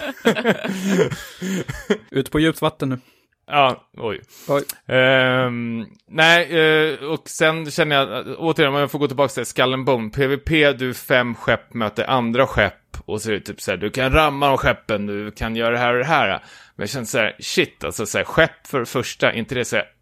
Ut på djupt vatten nu. Ja, oj. oj. Um, nej, uh, och sen känner jag, uh, återigen, om jag får gå tillbaka till Skull and Bone. PvP, du fem skepp möter andra skepp. Och så är det typ så här, du kan ramma de skeppen, du kan göra det här och det här. Men jag känner så här, shit, alltså så här, skepp för det första, inte det så här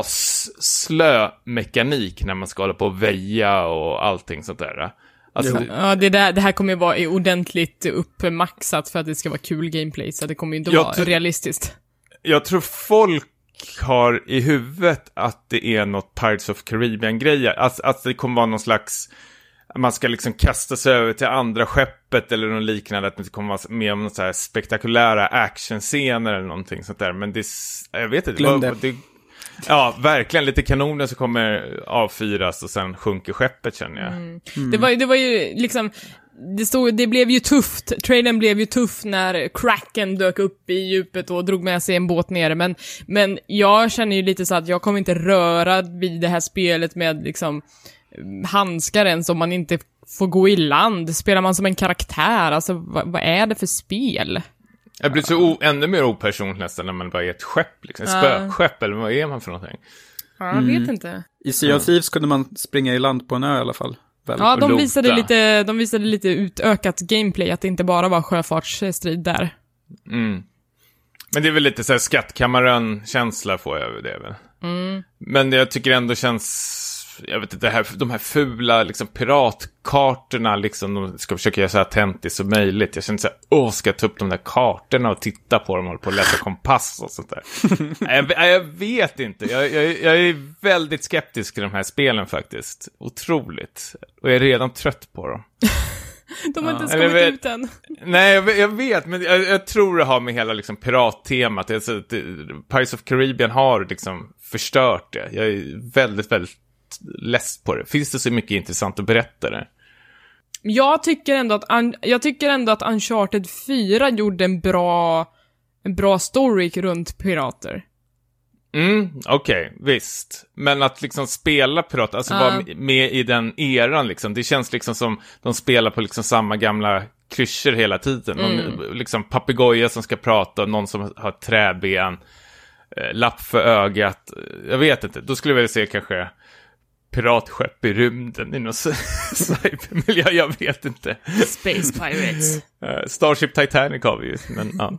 asslö mekanik när man ska hålla på och väja och allting sånt där. Alltså, det... Ja, det, där, det här kommer ju vara ordentligt uppmaxat för att det ska vara kul gameplay, så det kommer ju inte vara t- realistiskt. Jag tror folk har i huvudet att det är något Pirates of Caribbean-grejer. Att, att det kommer vara någon slags... Man ska liksom kasta sig över till andra skeppet eller något liknande. Att det kommer vara med om något så här spektakulära actionscener eller någonting sånt där. Men det... Jag vet inte. Glöm det, det ja, verkligen. Lite kanoner som kommer avfyras och sen sjunker skeppet, känner jag. Mm. Mm. Det, var, det var ju liksom... Det, stod, det blev ju tufft, trailern blev ju tuff när Kraken dök upp i djupet och drog med sig en båt ner, men, men jag känner ju lite så att jag kommer inte röra vid det här spelet med liksom handskar ens om man inte får gå i land. Spelar man som en karaktär, alltså vad, vad är det för spel? Jag blir så o, ännu mer opersonligt nästan när man bara är ett skepp, liksom, ett spökskepp, eller vad är man för någonting? Ja, jag vet mm. inte. I Sea of Thieves kunde man springa i land på en ö i alla fall. Ja, de visade, lite, de visade lite utökat gameplay, att det inte bara var sjöfartsstrid där. Mm. Men det är väl lite så här skattkammaren-känsla får jag över det väl. Mm. Men jag tycker ändå känns, jag vet inte, det här, de här fula liksom, piratkartorna, liksom, de ska försöka göra så autentiskt som möjligt. Jag känner så här, åh, ska jag ta upp de där kartorna och titta på dem och hålla på att läsa kompass och sånt där. jag, jag vet inte, jag, jag, jag är väldigt skeptisk till de här spelen faktiskt. Otroligt. Och jag är redan trött på dem. De har inte ens kommit ut än. Nej, jag, jag vet, men jag, jag tror det har med hela liksom, pirattemat. Alltså, det, Pirates of Caribbean har liksom förstört det. Jag är väldigt, väldigt less på det. Finns det så mycket intressant att berätta där? Jag tycker ändå att un- jag tycker ändå att Uncharted fyra gjorde en bra en bra story runt pirater. Mm, okej, okay, visst. Men att liksom spela pirat, alltså uh. vara med i den eran liksom, det känns liksom som de spelar på liksom samma gamla klyschor hela tiden. Mm. Någon, liksom papegoja som ska prata, någon som har träben, eh, lapp för ögat. Jag vet inte, då skulle jag vilja se kanske piratskepp i rymden i någon cybermiljö, jag vet inte. Space Pirates. uh, Starship Titanic har vi ju, men ja.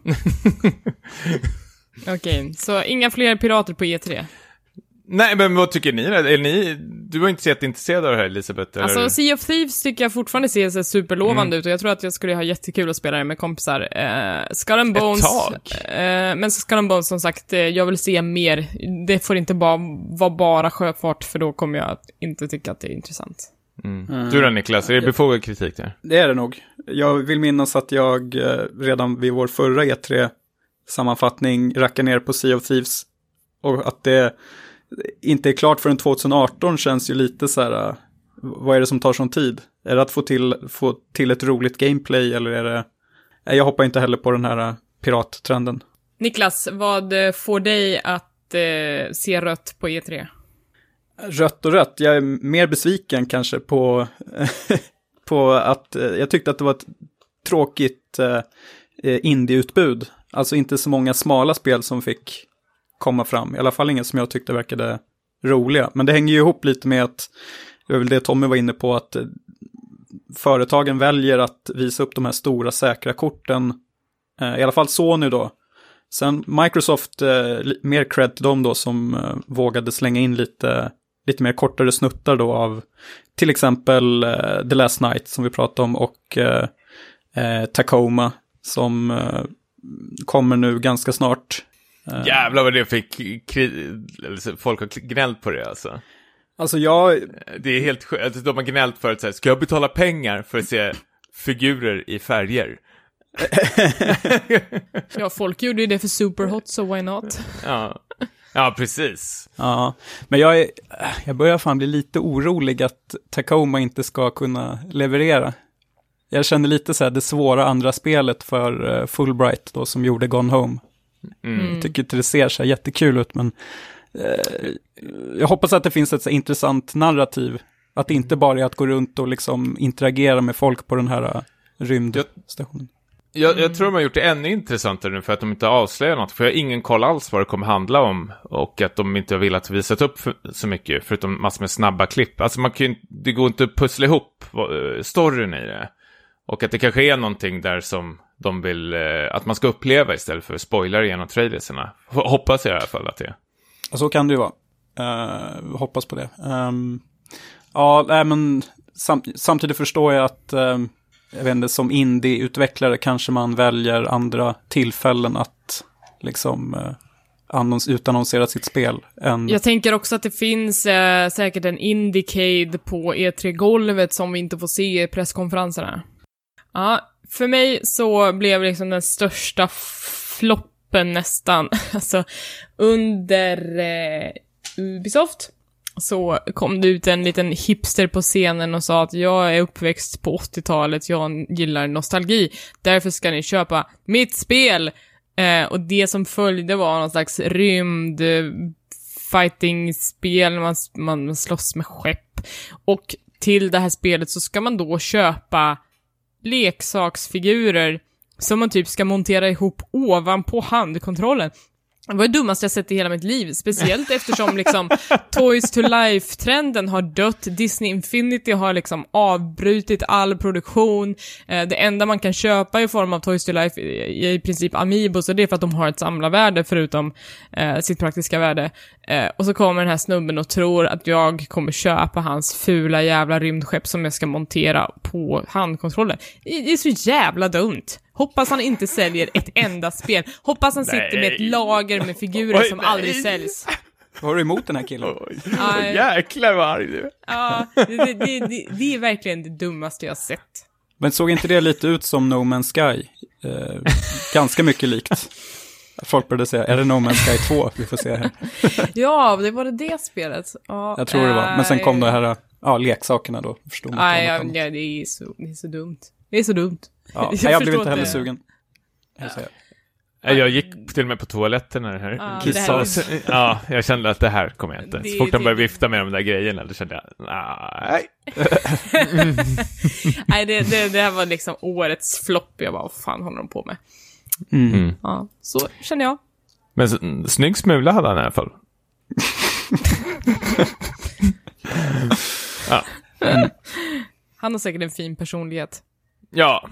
Okej, okay, så inga fler pirater på E tre? Nej, men vad tycker ni? Är ni du var inte sett intresserad av det här, Elisabeth? Eller? Alltså, Sea of Thieves tycker jag fortfarande ser sig superlovande mm. ut. Och jag tror att jag skulle ha jättekul att spela det med kompisar. Eh, Skull and Bones. Eh, men Skull and Bones, som sagt, eh, jag vill se mer. Det får inte bara vara bara sjöfart, för då kommer jag inte tycka att det är intressant. Mm. Mm. Du då, Niklas, är det befogad kritik där? Det är det nog. Jag vill minnas att jag eh, redan vid vår förra E tre-sammanfattning rackade ner på Sea of Thieves. Och att det inte är klart förrän tjugo arton känns ju lite så här, uh, vad är det som tar sån tid? Är det att få till, få till ett roligt gameplay, eller är det... Nej, jag hoppar inte heller på den här uh, pirattrenden. Niklas, vad får dig att uh, se rött på E tre? Rött och rött. Jag är mer besviken kanske på, på att uh, jag tyckte att det var ett tråkigt uh, indie-utbud. Alltså inte så många smala spel som fick komma fram. I alla fall inget som jag tyckte verkade roliga. Men det hänger ju ihop lite med att, det var väl det Tommy var inne på, att eh, företagen väljer att visa upp de här stora säkra korten. Eh, I alla fall Sony då. Sen Microsoft, eh, mer cred till dem då, som eh, vågade slänga in lite, lite mer kortare snuttar då av till exempel eh, The Last Night som vi pratade om, och eh, eh, Tacoma som eh, kommer nu ganska snart. Jävlar vad det fick kri- folk har gnällt på det alltså. Alltså jag... Det är helt skönt. De har gnällt för att säga, ska jag betala pengar för att se figurer i färger? Ja, folk gjorde ju det för Superhot, så why not? Ja, ja precis. Ja, men jag, är, jag börjar fan bli lite orolig att Tacoma inte ska kunna leverera. Jag känner lite så här det svåra andra spelet för Fulbright då, som gjorde Gone Home. Mm. Jag tycker inte det ser så jättekul ut, men eh, jag hoppas att det finns ett så intressant narrativ, att det inte bara är att gå runt och liksom interagera med folk på den här uh, rymdstationen. Jag, jag, jag tror de har gjort det ännu intressantare nu för att de inte avslöjar något, för jag har ingen koll alls vad det kommer handla om, och att de inte har velat visa upp för, så mycket, förutom massor med snabba klipp. Alltså man kan ju, det går inte att pussla ihop uh, storyn i det, och att det kanske är någonting där som de vill eh, att man ska uppleva istället för spoiler genom trailerserna. Hoppas jag i alla fall att det är. Så kan det ju vara. Uh, hoppas på det. Um, ja, nej, men sam- samtidigt förstår jag att um, jag vet inte, som indie-utvecklare kanske man väljer andra tillfällen att liksom uh, annons- utannonsera sitt spel. Än... Jag tänker också att det finns uh, säkert en indiecade på E tre-golvet som vi inte får se i presskonferenserna. Ja, för mig så blev liksom den största floppen nästan, alltså under eh, Ubisoft så kom det ut en liten hipster på scenen och sa att jag är uppväxt på åttiotalet, jag gillar nostalgi, därför ska ni köpa mitt spel. Eh, och det som följde var någon slags rymd fighting-spel, man, man slåss med skepp, och till det här spelet så ska man då köpa leksaksfigurer som man typ ska montera ihop ovanpå handkontrollen. Det var det dummaste jag sett i hela mitt liv, speciellt eftersom liksom Toys to Life-trenden har dött. Disney Infinity har liksom avbrutit all produktion. Eh, det enda man kan köpa i form av Toys to Life är i princip Amiibo, så det är för att de har ett samlarvärde förutom eh, sitt praktiska värde. Eh, och så kommer den här snubben och tror att jag kommer köpa hans fula jävla rymdskepp som jag ska montera på handkontrollen. Det, det är så jävla dumt. Hoppas han inte säljer ett enda spel. Hoppas han sitter nej. med ett lager med figurer Oj, som nej. aldrig säljs. Vad har du emot den här killen? Oj, uh, jäklar vad arg du. Ja, uh, det, det, det, det är verkligen det dummaste jag har sett. Men såg inte det lite ut som No Man's Sky? Uh, ganska mycket likt. Folk började säga, är det No Man's Sky två? Vi får se här. Ja, det var det det spelet. Uh, jag tror det var. Men sen kom uh, det här, ja, leksakerna då. Förstår man uh, ja, ja, det är så, det är så dumt. Det är så dumt. Ja, jag, jag blev inte heller sugen. Ja. Jag gick till och med på toaletten när det här Ja, kissades. det här Ja, jag kände att det här kommer jag inte. Det- Så fort de det- började vifta med de där grejerna, då kände jag, nej. Nej, det, det, det här var liksom årets flopp. Jag bara, vad fan håller de på med? Mm. Ja, så känner jag. Men s- snygg smula hade han i alla fall. Ja. Han har säkert en fin personlighet. Ja.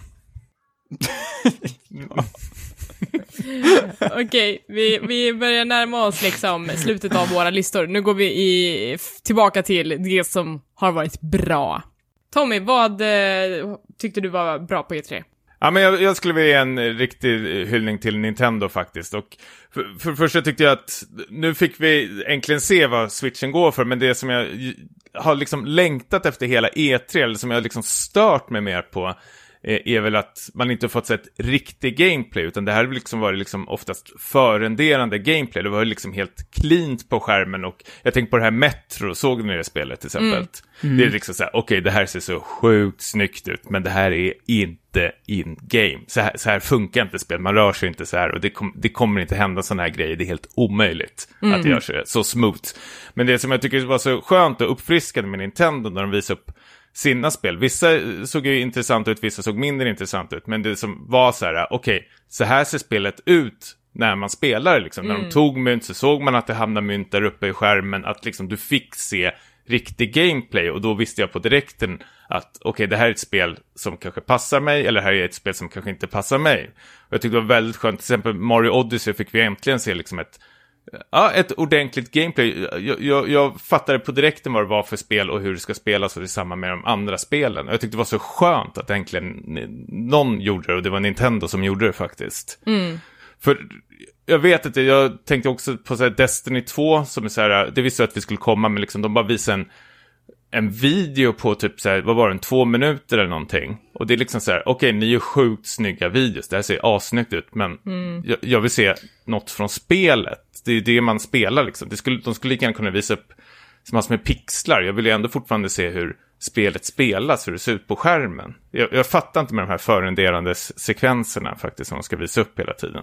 Okej, vi, vi börjar närma oss liksom slutet av våra listor. Nu går vi i, f- tillbaka till det som har varit bra. Tommy, vad eh, tyckte du var bra på E tre? Ja, men jag, jag skulle vilja ge en riktig hyllning till Nintendo faktiskt. Och för, för först tyckte jag att nu fick vi äntligen se vad Switchen går för. Men det som jag har liksom längtat efter hela E tre, eller som jag liksom stört mig mer på, är väl att man inte fått sett riktig gameplay, utan det här har liksom varit liksom oftast förenderande gameplay. Det var liksom helt cleant på skärmen, och jag tänkte på det här Metro, såg ni det spelet till exempel? Mm. Mm. Det är liksom så här, okej, okay, det här ser så sjukt snyggt ut, men det här är inte in-game. Så här, så här funkar inte spel, man rör sig inte så här, och det, kom, det kommer inte hända sådana här grejer, det är helt omöjligt mm. att det gör sig så smooth. Men det som jag tycker var så skönt och uppfriskande med Nintendo när de visar upp sina spel. Vissa såg ju intressant ut, vissa såg mindre intressant ut. Men det som var så här, okej, okay, så här ser spelet ut när man spelar. Liksom. Mm. När de tog mynt så såg man att det hamnade mynt där uppe i skärmen. Att liksom, du fick se riktig gameplay. Och då visste jag på direkten att okej, okay, det här är ett spel som kanske passar mig. Eller det här är ett spel som kanske inte passar mig. Och jag tyckte det var väldigt skönt. Till exempel Mario Odyssey fick vi äntligen se liksom ett Ja, ett ordentligt gameplay. Jag, jag, jag fattade på direkten vad det var för spel och hur det ska spelas, och det är samma med de andra spelen. Jag tyckte det var så skönt att äntligen någon gjorde det, och det var Nintendo som gjorde det faktiskt. Mm. För jag vet inte, jag tänkte också på så här Destiny två som är så här, det visste jag att vi skulle komma, men liksom de bara visade en en video på typ så här, vad var det, två minuter eller någonting. Och det är liksom så här, okej, okay, ni är sjukt snygga videos, det här ser assnyggt ut, men mm. jag, jag vill se något från spelet. Det är det man spelar liksom. Det skulle, de skulle lika gärna kunna visa upp massor med pixlar. Jag vill ju ändå fortfarande se hur spelet spelas, hur det ser ut på skärmen. Jag, jag fattar inte med de här förenderande sekvenserna faktiskt, som de ska visa upp hela tiden.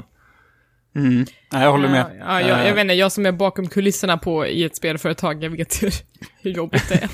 Mm. Nej, jag håller med. Ja, ja, jag, jag vet inte, jag som är bakom kulisserna på i ett spelföretag, jag vet hur, hur jobbigt det är.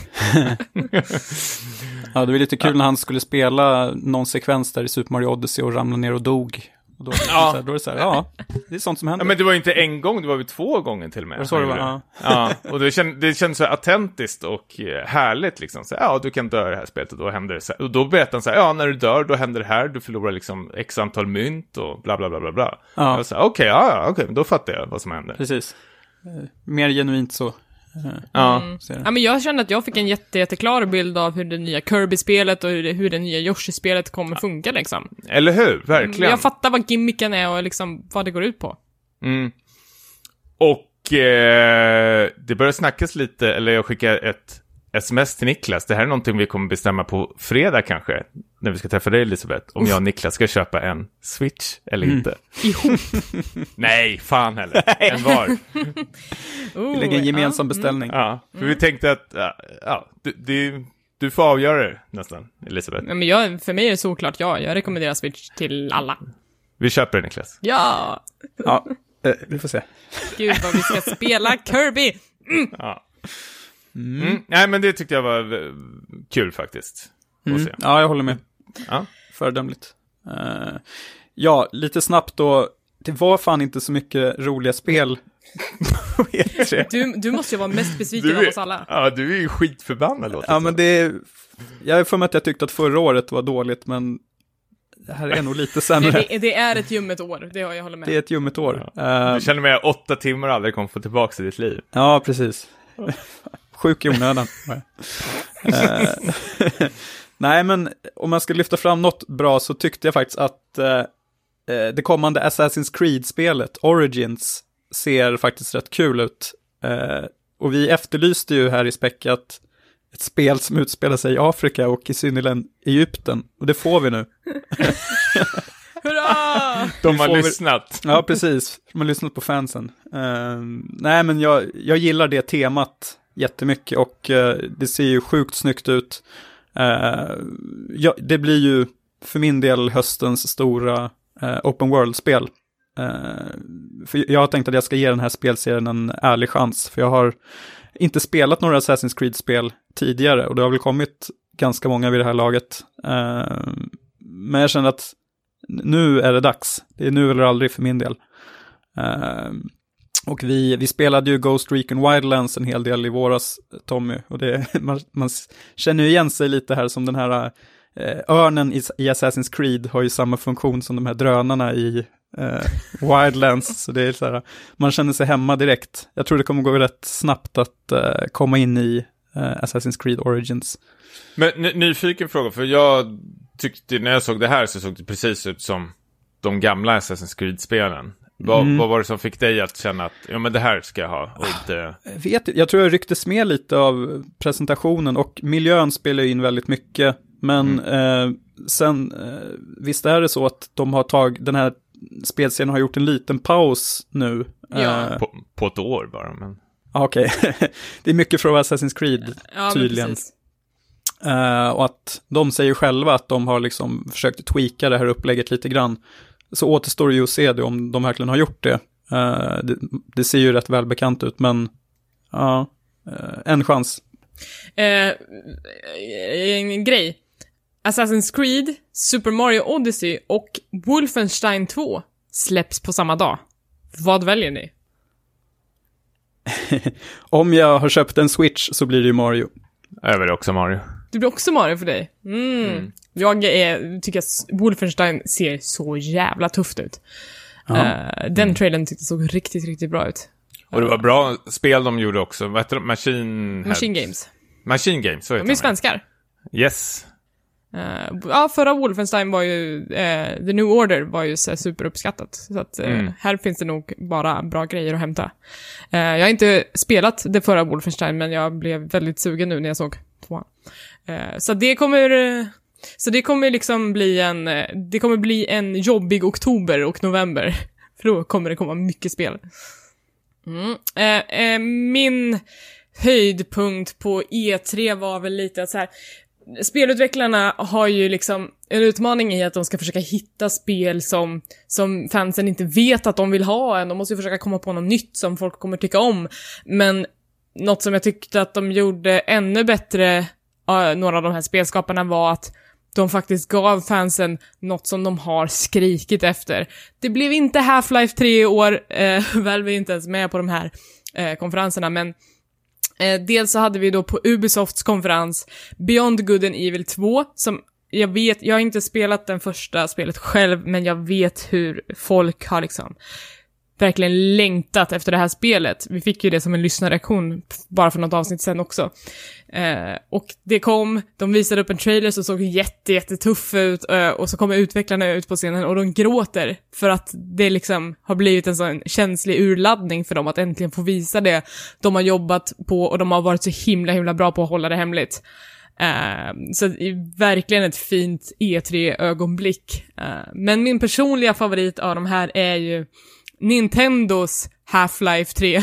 Ja, det var lite kul när han skulle spela någon sekvens där i Super Mario Odyssey och ramla ner och dog. Och då, ja. Så, då är det så här, ja, det är sånt som händer. Ja, men det var ju inte en gång, det var ju två gånger till och med. Var det så det var? Ja. Ja, och det känns, det känns så autentiskt och härligt liksom. Så, ja, du kan dö i det här spelet, och då händer det så här. Och då berättar han så här, ja, när du dör, då händer det här. Du förlorar liksom x antal mynt och bla bla bla bla bla. Ja. Och så okej, okay, ja, okej, okay, då fattar jag vad som händer. Precis. Mer genuint så. Ja. Mm. Ja, men jag kände att jag fick en jätte, jätteklar bild av hur det nya Kirby-spelet och hur det, hur det nya Yoshi-spelet kommer funka liksom. Eller hur, verkligen. Jag fattar vad gimmicken är och liksom vad det går ut på. Mm. Och eh, det börjar snackas lite, eller jag skickar ett sms till Niklas. Det här är någonting vi kommer bestämma på fredag kanske, när vi ska träffa dig, Elisabeth. Om jag och Niklas ska köpa en Switch eller mm. inte. Ihop. Nej, fan heller. En var. Vi lägger en gemensam ja. beställning. Ja, för mm. vi tänkte att ja, du, du, du får avgöra det nästan, Elisabeth. Ja, men jag, för mig är det såklart ja. Jag rekommenderar Switch till alla. Vi köper det, Niklas. Ja! Ja, eh, vi får se. Gud vad vi ska spela Kirby! Mm. Ja. Mm. Mm. Nej, men det tyckte jag var kul faktiskt. Mm. Ja, jag håller med. Ja. Föredömligt. Uh, ja, lite snabbt då. Det var fan inte så mycket roliga spel. du, du måste ju vara mest besviken av oss alla. Ja, du är ju skitförbannad. Ja, men det är... Jag är för mig att jag tyckte att förra året var dåligt, men det här är nog lite sämre. Det, det, det är ett ljummet år, det har jag håller med. Det är ett ljummet år. Ja. Uh, du känner mig åtta timmar och aldrig kommer få tillbaka i ditt liv. Ja, precis. Sjuk i onödan. uh, Nej, men om man ska lyfta fram något bra så tyckte jag faktiskt att uh, det kommande Assassin's Creed-spelet, Origins, ser faktiskt rätt kul ut. Uh, och vi efterlyste ju här i Späckat ett spel som utspelar sig i Afrika och i synnerligen Egypten. Och det får vi nu. Hurra! De har lyssnat. Vi... Ja, precis. De har lyssnat på fansen. Uh, nej, men jag, jag gillar det temat jättemycket och uh, det ser ju sjukt snyggt ut. Uh, ja, det blir ju för min del höstens stora uh, open world-spel. Uh, för jag har tänkt att jag ska ge den här spelserien en ärlig chans. För jag har inte spelat några Assassin's Creed-spel tidigare. Och det har väl kommit ganska många vid det här laget. Uh, men jag känner att nu är det dags. Det är nu eller aldrig för min del. Uh, och vi, vi spelade ju Ghost Recon Wildlands en hel del i våras, Tommy. Och det, man, man känner ju igen sig lite här som den här uh, örnen i, i Assassin's Creed har ju samma funktion som de här drönarna i uh, Wildlands. Så det är så här, man känner sig hemma direkt. Jag tror det kommer gå rätt snabbt att uh, komma in i uh, Assassin's Creed Origins. Men ny- nyfiken fråga, för jag tyckte när jag såg det här så såg det precis ut som de gamla Assassin's Creed-spelen. Vad, mm. vad var det som fick dig att känna att ja, men det här ska jag ha och inte... Jag vet, jag tror jag rycktes med lite av presentationen och miljön spelar in väldigt mycket. Men mm. eh, sen, eh, visst är det så att de har tagit, den här spelserien har gjort en liten paus nu. Ja. Eh, på, på ett år bara, men... Okej, okay. Det är mycket från Assassin's Creed, ja, tydligen. Uh, och att de säger själva att de har liksom försökt tweaka det här upplägget lite grann. Så återstår det ju att se det om de verkligen har gjort det. Uh, det, det ser ju rätt välbekant ut, men ja, uh, uh, en chans. Uh, en grej. Assassin's Creed, Super Mario Odyssey och Wolfenstein två släpps på samma dag. Vad väljer ni? Om jag har köpt en Switch så blir det ju Mario. Jag väljer också Mario. Det blir också Mario för dig. Mm. Mm. Jag är, tycker att Wolfenstein ser så jävla tufft ut. Uh, den mm. trailern tyckte såg riktigt, riktigt bra ut. Och det var bra spel de gjorde också. Vad heter det? Machine... Machine Games. Machine Games, så heter de är svenskar. Yes. Uh, ja, förra Wolfenstein var ju... Uh, The New Order var ju så superuppskattat. Så att uh, mm. här finns det nog bara bra grejer att hämta. Uh, jag har inte spelat det förra Wolfenstein, men jag blev väldigt sugen nu när jag såg tvåan. Uh, så det kommer... Uh, så det kommer liksom bli en... Uh, det kommer bli en jobbig oktober och november. För då kommer det komma mycket spel. Mm. Uh, uh, min höjdpunkt på E tre var väl lite att så här... Spelutvecklarna har ju liksom en utmaning i att de ska försöka hitta spel som, som fansen inte vet att de vill ha än. De måste ju försöka komma på något nytt som folk kommer tycka om. Men något som jag tyckte att de gjorde ännu bättre, äh, några av de här spelskaparna, var att de faktiskt gav fansen något som de har skrikit efter. Det blev inte Half-Life tre i år, eh, Valve är inte ens med på de här eh, konferenserna, men Eh, dels så hade vi då på Ubisofts konferens Beyond Good and Evil två, som jag vet, jag har inte spelat den första spelet själv, men jag vet hur folk har liksom verkligen längtat efter det här spelet. Vi fick ju det som en lyssnarreaktion bara för något avsnitt sen också. Eh, och det kom, de visade upp en trailer som såg jätte, jätte tuff ut, eh, och så kommer utvecklarna ut på scenen och de gråter för att det liksom har blivit en sån känslig urladdning för dem att äntligen få visa det de har jobbat på, och de har varit så himla, himla bra på att hålla det hemligt. Uh, så verkligen ett fint E tre-ögonblick. Uh, men min personliga favorit av de här är ju Nintendos Half-Life tre.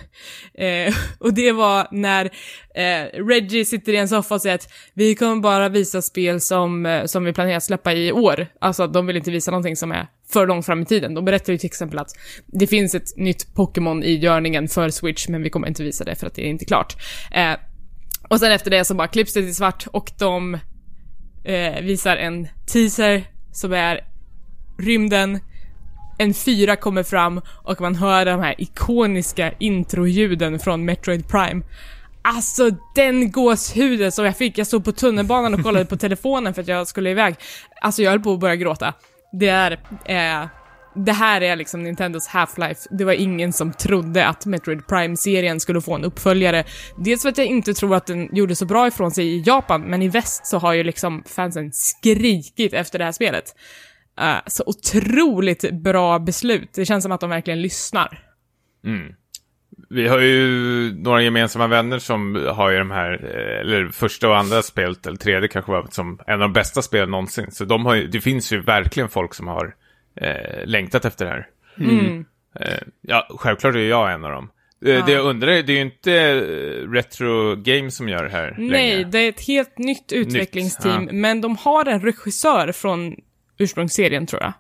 uh, och det var när uh, Reggie sitter i en soffa och säger att vi kommer bara visa spel som, uh, som vi planerar att släppa i år. Alltså att de vill inte visa någonting som är för långt fram i tiden. De berättar ju till exempel att det finns ett nytt Pokémon i görningen för Switch, men vi kommer inte visa det för att det är inte klart. Uh, Och sen efter det så bara klipps det till svart och de eh, visar en teaser som är rymden. En fyra kommer fram och man hör de här ikoniska introljuden från Metroid Prime. Alltså den gåshuden som jag fick. Jag stod på tunnelbanan och kollade på telefonen för att jag skulle iväg. Alltså jag höll på att börja gråta. Det är... Eh, Det här är liksom Nintendos Half-Life. Det var ingen som trodde att Metroid Prime-serien skulle få en uppföljare. Dels för att jag inte tror att den gjorde så bra ifrån sig i Japan, men i väst så har ju liksom fansen skrikit efter det här spelet. Uh, så otroligt bra beslut. Det känns som att de verkligen lyssnar. Mm. Vi har ju några gemensamma vänner som har ju de här, eller första och andra spelet, eller tredje kanske var, som en av de bästa spelen någonsin. Så de har ju, det finns ju verkligen folk som har Eh, längtat efter det här. Mm. Eh, ja, självklart är jag en av dem. Eh, ja. Det jag undrar är, det är ju inte Retro Games som gör det här. Nej, längre. det är ett helt nytt utvecklingsteam, nytt, ja. Men de har en regissör från ursprungsserien, tror jag.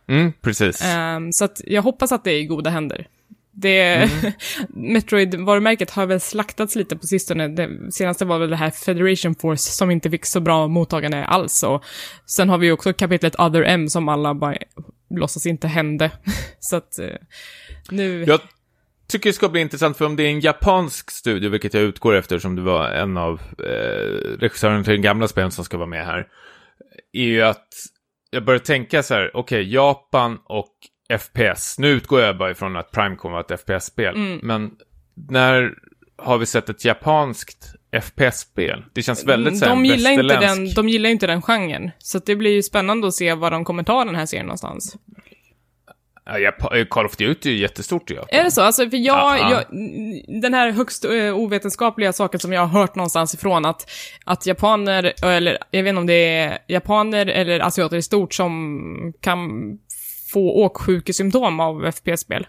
Mm, precis. Um, så att jag hoppas att det är i goda händer. Det, mm. Metroid-varumärket har väl slaktats lite på sistone. Det senaste var väl det här Federation Force som inte fick så bra mottagande alls. Och sen har vi ju också kapitlet Other M som alla bara låtsas inte hände. Så att uh, nu... Jag tycker det ska bli intressant, för om det är en japansk studio, vilket jag utgår efter som du var en av eh, regissörerna till den gamla spelen som ska vara med här, är ju att jag börjar tänka så här: okej, okay, Japan och F P S. Nu utgår jag bara ifrån att Prime kommer att ett F P S-spel. Mm. Men när har vi sett ett japanskt F P S-spel? Det känns väldigt så här de gillar inte västerländsk. den, De gillar inte den genren. Så att det blir ju spännande att se vad de kommer ta den här serien någonstans. Ja, Call of Duty är ju jättestort i Japan. Är det så? Alltså, för jag, ja, jag, den här högst uh, ovetenskapliga saken som jag har hört någonstans ifrån, att, att japaner, eller jag vet inte om det är japaner eller asiater i stort som kan få åksjukesymptom av F P S-spel.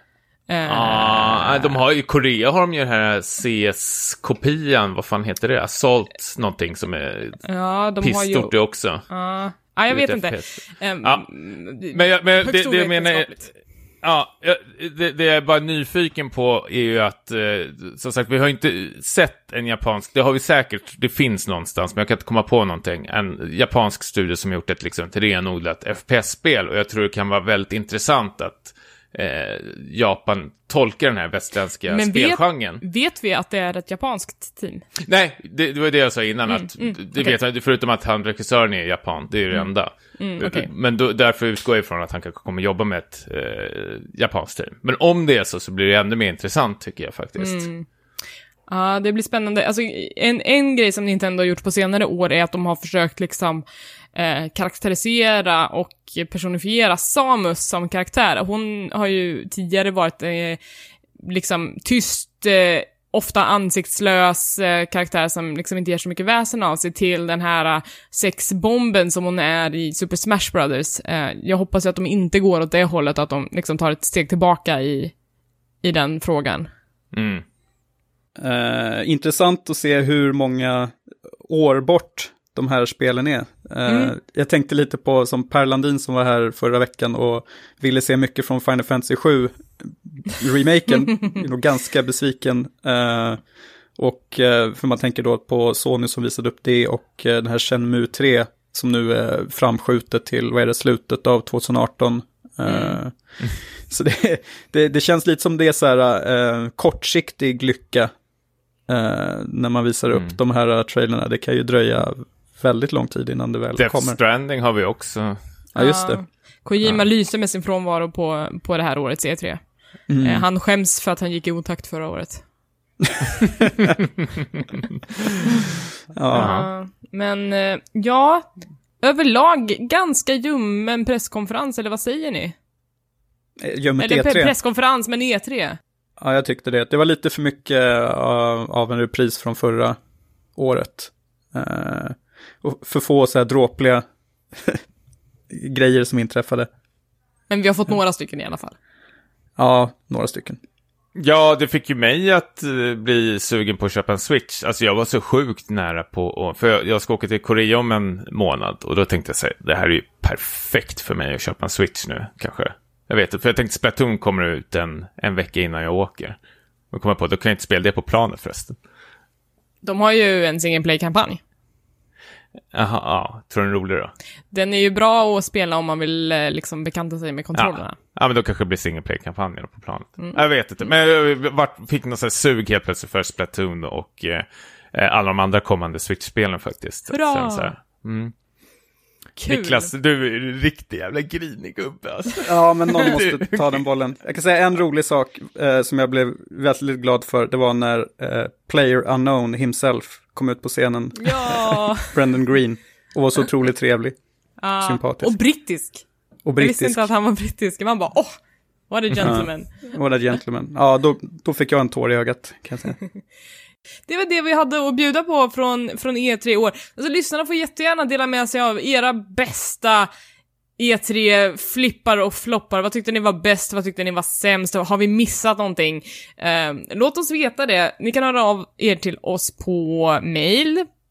Ja, uh, de har ju, i Korea har de ju den här C S-kopian, vad fan heter det? Assault någonting som är ja, de pissstort har ju också. Uh, ja, jag vet inte. Um, ja. Men, jag, men det, det jag menar, ja, det, det jag är bara nyfiken på är ju att, eh, som sagt, vi har inte sett en japansk, det har vi säkert, det finns någonstans, men jag kan inte komma på någonting, en japansk studie som gjort ett, liksom, ett renodlat F P S-spel, och jag tror det kan vara väldigt intressant att eh, Japan tolkar den här västländska men spelgenren. Vet, vet vi att det är ett japanskt team? Nej, det, det var det jag sa innan, mm, att mm, det okay. vet jag, förutom att han regissören är i Japan, det är ju det mm. enda. Mm, okay. Men då, därför utgår jag ifrån att han kan komma jobba med ett eh, japanskt team. Men om det är så, så blir det ännu mer intressant, tycker jag faktiskt. Mm. Ja, det blir spännande. Alltså, en, en grej som Nintendo har gjort på senare år är att de har försökt liksom eh, karaktärisera och personifiera Samus som karaktär. Hon har ju tidigare varit eh, liksom tyst, eh, ofta ansiktslös eh, karaktär som liksom inte ger så mycket väsen av sig, till den här uh, sexbomben som hon är i Super Smash Brothers. Eh, jag hoppas att de inte går åt det hållet, att de liksom tar ett steg tillbaka i, i den frågan. Mm. Uh, intressant att se hur många år bort de här spelen är. Uh, mm. Jag tänkte lite på som Per Landin som var här förra veckan och ville se mycket från Final Fantasy sju remaken. Jag är nog ganska besviken. Uh, och uh, för man tänker då på Sony som visade upp det, och uh, den här Shenmue tre som nu är framskjutet till, vad är det, slutet av tjugo arton. Uh, mm. Så det, det, det känns lite som det är så här uh, kortsiktig lycka uh, när man visar upp mm. de här uh, trailerna. Det kan ju dröja väldigt lång tid innan det väl Death kommer. Death Stranding har vi också. Ja, just det. Kojima ja. lyser med sin frånvaro på, på det här årets E tre. Mm. Eh, han skäms för att han gick i otakt förra året. ja. uh, men uh, ja, överlag ganska ljummen presskonferens, eller vad säger ni? Ljummet eller E tre. presskonferens, men E tre. Ja, jag tyckte det. Det var lite för mycket uh, av en repris från förra året. Uh, och för få så här dråpliga grejer som inträffade. Men vi har fått några stycken i alla fall. Ja, några stycken. Ja, det fick ju mig att uh, bli sugen på att köpa en Switch. Alltså jag var så sjukt nära på, och, för jag, jag ska åka till Korea om en månad, och då tänkte jag säga, det här är ju perfekt för mig att köpa en Switch nu, kanske. Jag vet inte, för jag tänkte Splatoon kommer ut en, en vecka innan jag åker. Och kommer på, då kan jag inte spela det på planet förresten. De har ju en single play-kampanj. Jaha, ja. Tror du den är rolig då? Den är ju bra att spela om man vill liksom bekanta sig med kontrollerna. Ja, ja men då kanske det blir single play-kampanjer på planet. Mm. Jag vet inte, men jag vart, fick någon sån här sug helt plötsligt för Splatoon och eh, alla de andra kommande Switch-spelen faktiskt. Bra! Sen så här, mm. Kul. Niklas, du är en riktig jävla grinig gubbe alltså. Ja, men någon måste ta den bollen. Jag kan säga en rolig sak eh, som jag blev väldigt glad för. Det var när eh, Player Unknown himself kom ut på scenen. Ja. Brendan Green. Och var så otroligt trevlig. Ah, sympatisk. Och brittisk. Och brittisk. Jag visste inte att han var brittisk. Man bara, åh, what a gentleman. Ja, what a gentleman. Ja, då, då fick jag en tår i ögat, kan jag säga. Det var det vi hade att bjuda på från, från E tre i år. Alltså, lyssnarna får jättegärna dela med sig av era bästa E tre-flippar och floppar. Vad tyckte ni var bäst? Vad tyckte ni var sämst? Har vi missat någonting? Eh, låt oss veta det. Ni kan höra av er till oss på mail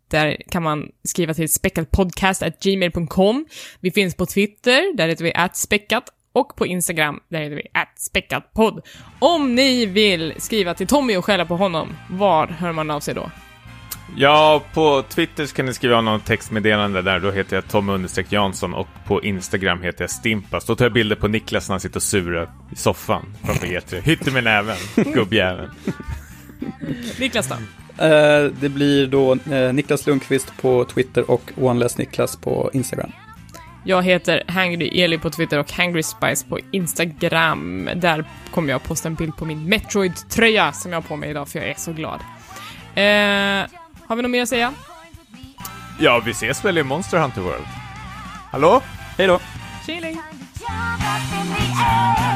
Där kan man skriva till speckatpodcast at gmail dot com. Vi finns på Twitter, där heter vi at speckat. Och på Instagram, där heter vi at speckatpodd. Om ni vill skriva till Tommy och skälla på honom, var hör man av sig då? Ja, på Twitter kan ni skriva någon textmeddelande där. Då heter jag Tom understreck Jansson. Och på Instagram heter jag Stimpas. Då tar jag bilder på Niklas när han sitter och surar i soffan framför E tre. Hytter med näven, gubbjäveln. Niklas då? Uh, det blir då uh, Niklas Lundqvist på Twitter och OneLess Niklas på Instagram. Jag heter Hangry Eli på Twitter och Hangry Spice på Instagram. Där kommer jag posta en bild på min Metroid-tröja som jag har på mig idag, för jag är så glad. Uh, har vi något mer att säga? Ja, vi ses väl i Monster Hunter World. Hallå? Hej då! Chilling! Jump up in the air.